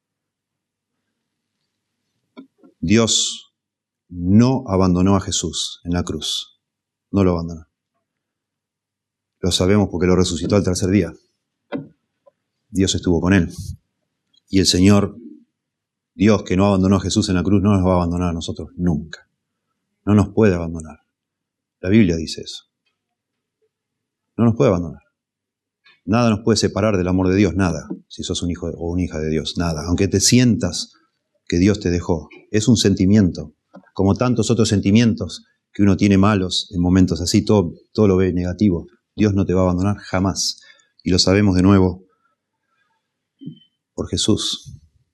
A: Dios no abandonó a Jesús en la cruz. No lo abandonó. Lo sabemos porque lo resucitó al tercer día. Dios estuvo con él. Y el Señor, Dios que no abandonó a Jesús en la cruz, no nos va a abandonar a nosotros nunca. No nos puede abandonar. La Biblia dice eso. No nos puede abandonar. Nada nos puede separar del amor de Dios, nada. si sos un hijo o una hija de Dios, nada. Aunque te sientas que Dios te dejó, es un sentimiento, como tantos otros sentimientos que uno tiene malos en momentos así, todo, todo lo ve negativo. Dios no te va a abandonar jamás. Y lo sabemos de nuevo por Jesús.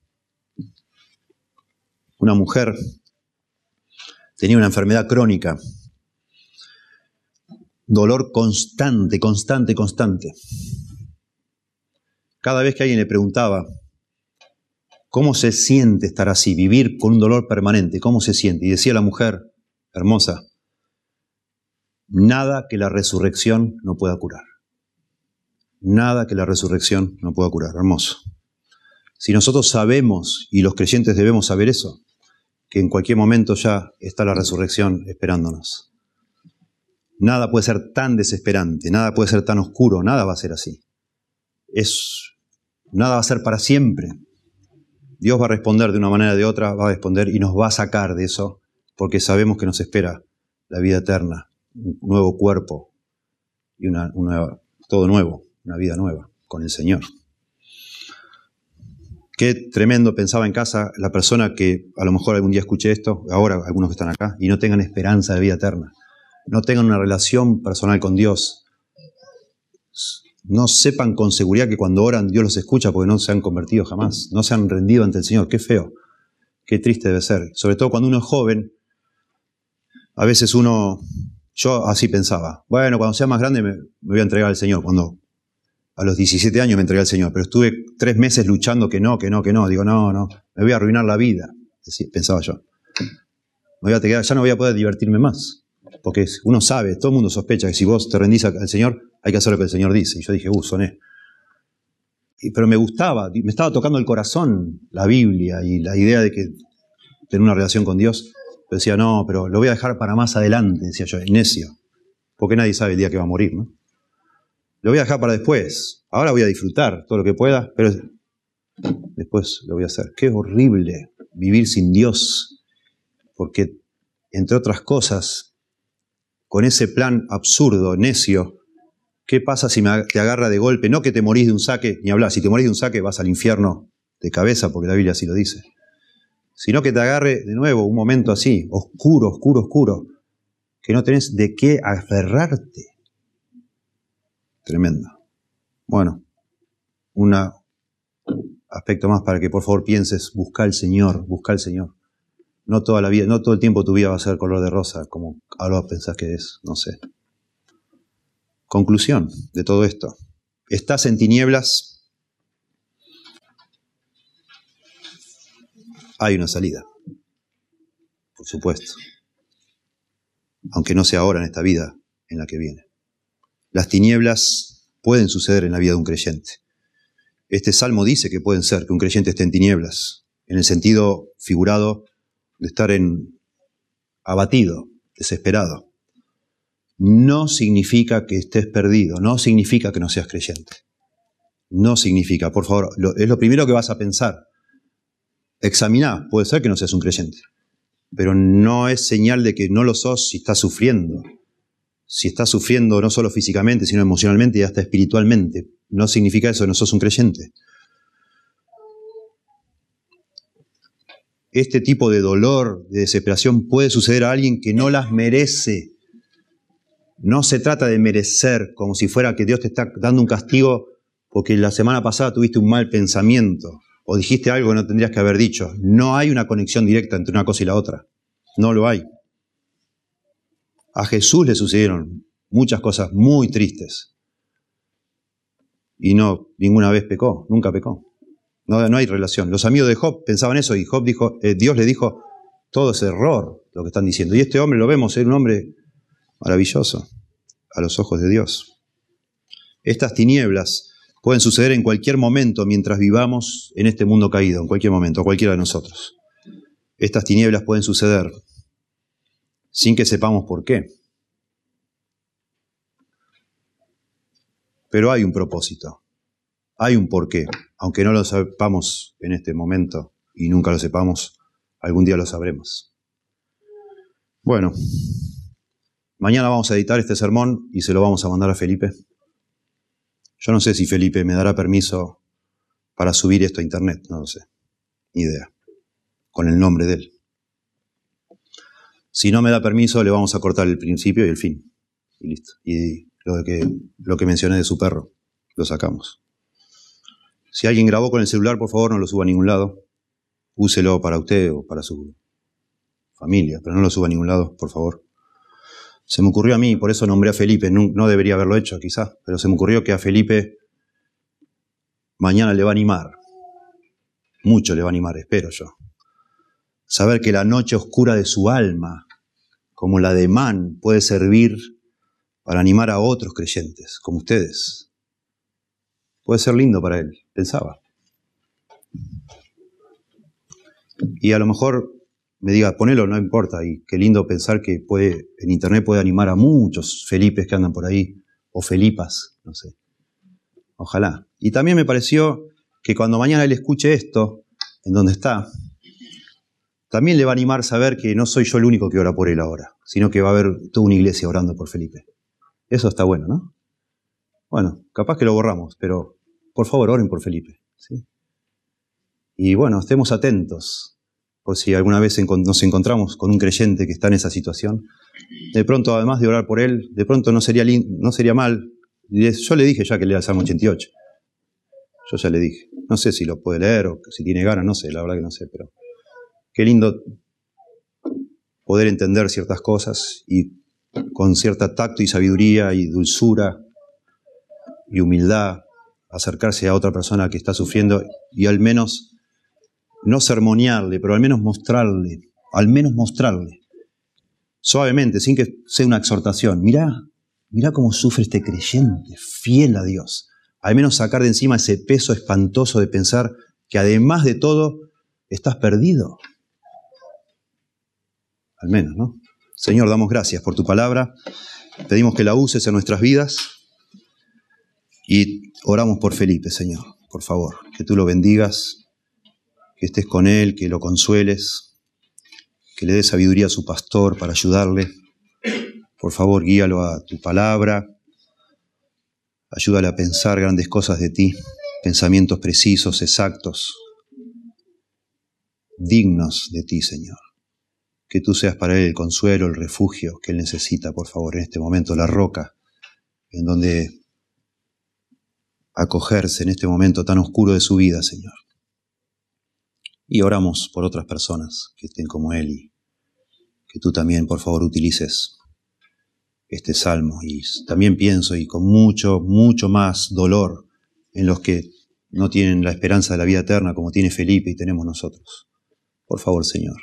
A: Una mujer tenía una enfermedad crónica, dolor constante, constante, constante. Cada vez que alguien le preguntaba cómo se siente estar así, vivir con un dolor permanente, cómo se siente, y decía la mujer hermosa, nada que la resurrección no pueda curar. Nada que la resurrección no pueda curar. Hermoso. Si nosotros sabemos, y los creyentes debemos saber eso, que en cualquier momento ya está la resurrección esperándonos. Nada puede ser tan desesperante, nada puede ser tan oscuro, nada va a ser así. Es, nada va a ser para siempre. Dios va a responder de una manera o de otra, va a responder y nos va a sacar de eso, porque sabemos que nos espera la vida eterna, un nuevo cuerpo y una, una, todo nuevo, una vida nueva con el Señor. Qué tremendo, pensaba en casa, la persona que a lo mejor algún día escuche esto, ahora algunos que están acá, y no tengan esperanza de vida eterna, no tengan una relación personal con Dios, no sepan con seguridad que cuando oran Dios los escucha porque no se han convertido jamás, no se han rendido ante el Señor. Qué feo, qué triste debe ser. Sobre todo cuando uno es joven, a veces uno, yo así pensaba, bueno, cuando sea más grande me, me voy a entregar al Señor, cuando... A los diecisiete años me entregué al Señor, pero estuve tres meses luchando que no, que no, que no. Digo, no, no, me voy a arruinar la vida, pensaba yo. Me voy a quedar, ya no voy a poder divertirme más. Porque uno sabe, todo el mundo sospecha que si vos te rendís al Señor, hay que hacer lo que el Señor dice. Y yo dije, uh, soné. Y, pero me gustaba, me estaba tocando el corazón la Biblia y la idea de que tener una relación con Dios. Pero decía, no, pero lo voy a dejar para más adelante, decía yo, necio. Porque nadie sabe el día que va a morir, ¿no? Lo voy a dejar para después. Ahora voy a disfrutar todo lo que pueda, pero después lo voy a hacer. Qué horrible vivir sin Dios, porque, entre otras cosas, con ese plan absurdo, necio, ¿qué pasa si me, te agarra de golpe? No que te morís de un saque, ni hablar, si te morís de un saque vas al infierno de cabeza, porque la Biblia así lo dice. Sino que te agarre de nuevo un momento así, oscuro, oscuro, oscuro, que no tenés de qué aferrarte. Tremendo. Bueno, un aspecto más para que por favor pienses, busca al Señor, busca al Señor. No toda la vida, no todo el tiempo tu vida va a ser color de rosa, como ahora pensás que es, no sé. Conclusión de todo esto. Estás en tinieblas, hay una salida, por supuesto. Aunque no sea ahora en esta vida en la que viene. Las tinieblas pueden suceder en la vida de un creyente. Este salmo dice que pueden ser que un creyente esté en tinieblas, en el sentido figurado de estar en abatido, desesperado. No significa que estés perdido, no significa que no seas creyente. No significa, por favor, lo, es lo primero que vas a pensar. Examiná, puede ser que no seas un creyente, pero no es señal de que no lo sos si estás sufriendo. Si estás sufriendo no solo físicamente, sino emocionalmente y hasta espiritualmente. No significa eso que no sos un creyente. Este tipo de dolor, de desesperación puede suceder a alguien que no las merece. No se trata de merecer, como si fuera que Dios te está dando un castigo porque la semana pasada tuviste un mal pensamiento o dijiste algo que no tendrías que haber dicho. No hay una conexión directa entre una cosa y la otra. No lo hay. A Jesús le sucedieron muchas cosas muy tristes. Y no, ninguna vez pecó, nunca pecó. No, no hay relación. Los amigos de Job pensaban eso y Job dijo, eh, Dios le dijo, todo es error lo que están diciendo. Y este hombre lo vemos, es un hombre maravilloso a los ojos de Dios. Estas tinieblas pueden suceder en cualquier momento mientras vivamos en este mundo caído, en cualquier momento, a cualquiera de nosotros. Estas tinieblas pueden suceder sin que sepamos por qué. Pero hay un propósito, hay un porqué. Aunque no lo sepamos en este momento y nunca lo sepamos, algún día lo sabremos. Bueno, mañana vamos a editar este sermón y se lo vamos a mandar a Felipe. Yo no sé si Felipe me dará permiso para subir esto a internet, no lo sé, ni idea, con el nombre de él. Si no me da permiso, le vamos a cortar el principio y el fin, y listo. Y lo, de que, lo que mencioné de su perro, lo sacamos. Si alguien grabó con el celular, por favor, no lo suba a ningún lado. Úselo para usted o para su familia, pero no lo suba a ningún lado, por favor. Se me ocurrió a mí, por eso nombré a Felipe, no, no debería haberlo hecho quizás, pero se me ocurrió que a Felipe mañana le va a animar, mucho le va a animar, espero yo. Saber que la noche oscura de su alma, como la de Man, puede servir para animar a otros creyentes, como ustedes. Puede ser lindo para él, pensaba. Y a lo mejor me diga, ponelo, no importa, y qué lindo pensar que puede, en internet puede animar a muchos Felipes que andan por ahí, o Felipas, no sé. Ojalá. Y también me pareció que cuando mañana él escuche esto, en donde está, también le va a animar saber que no soy yo el único que ora por él ahora, sino que va a haber toda una iglesia orando por Felipe. Eso está bueno, ¿no? Bueno, capaz que lo borramos, pero por favor oren por Felipe, ¿sí? Y bueno, estemos atentos. Por si alguna vez nos encontramos con un creyente que está en esa situación, de pronto, además de orar por él, de pronto no sería, no sería mal. Yo le dije ya que lea el Salmo ochenta y ocho. Yo ya le dije. No sé si lo puede leer o si tiene ganas, no sé, la verdad que no sé, pero qué lindo poder entender ciertas cosas y con cierta tacto y sabiduría y dulzura y humildad acercarse a otra persona que está sufriendo y al menos no sermonearle, pero al menos mostrarle, al menos mostrarle, suavemente, sin que sea una exhortación. Mirá, mirá cómo sufre este creyente, fiel a Dios. Al menos sacar de encima ese peso espantoso de pensar que además de todo, estás perdido. Al menos, ¿no? Señor, damos gracias por tu palabra. Pedimos que la uses en nuestras vidas y oramos por Felipe, Señor, por favor, que tú lo bendigas. Que estés con él, que lo consueles, que le des sabiduría a su pastor para ayudarle. Por favor, guíalo a tu palabra, ayúdale a pensar grandes cosas de ti, pensamientos precisos, exactos, dignos de ti, Señor. Que tú seas para él el consuelo, el refugio que él necesita, por favor, en este momento, la roca en donde acogerse en este momento tan oscuro de su vida, Señor. Y oramos por otras personas que estén como él y que tú también, por favor, utilices este salmo. Y también pienso, y con mucho, mucho más dolor, en los que no tienen la esperanza de la vida eterna como tiene Felipe y tenemos nosotros. Por favor, Señor.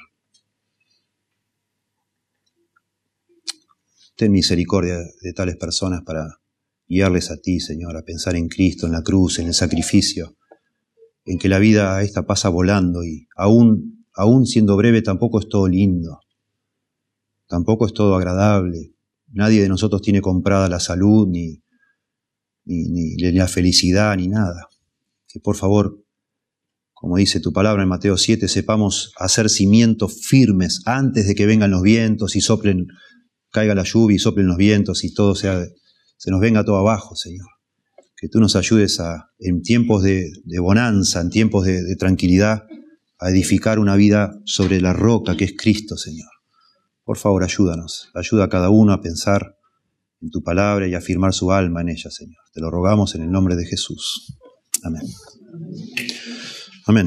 A: Ten misericordia de tales personas para guiarles a ti, Señor, a pensar en Cristo, en la cruz, en el sacrificio, en que la vida esta pasa volando y aún, aún siendo breve tampoco es todo lindo, tampoco es todo agradable. Nadie de nosotros tiene comprada la salud, ni, ni, ni, ni la felicidad, ni nada. Que por favor, como dice tu palabra en Mateo siete, sepamos hacer cimientos firmes antes de que vengan los vientos y soplen, caiga la lluvia y soplen los vientos y todo sea, se nos venga todo abajo, Señor. Que tú nos ayudes a, en tiempos de, de bonanza, en tiempos de, de tranquilidad, a edificar una vida sobre la roca que es Cristo, Señor. Por favor, ayúdanos. Ayuda a cada uno a pensar en tu palabra y a afirmar su alma en ella, Señor. Te lo rogamos en el nombre de Jesús. Amén. Amén.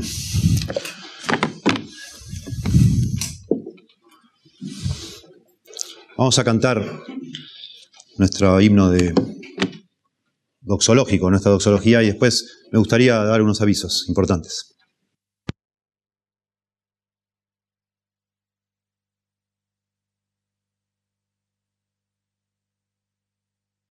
A: Vamos a cantar nuestro himno de doxológico, nuestra doxología, y después me gustaría dar unos avisos importantes.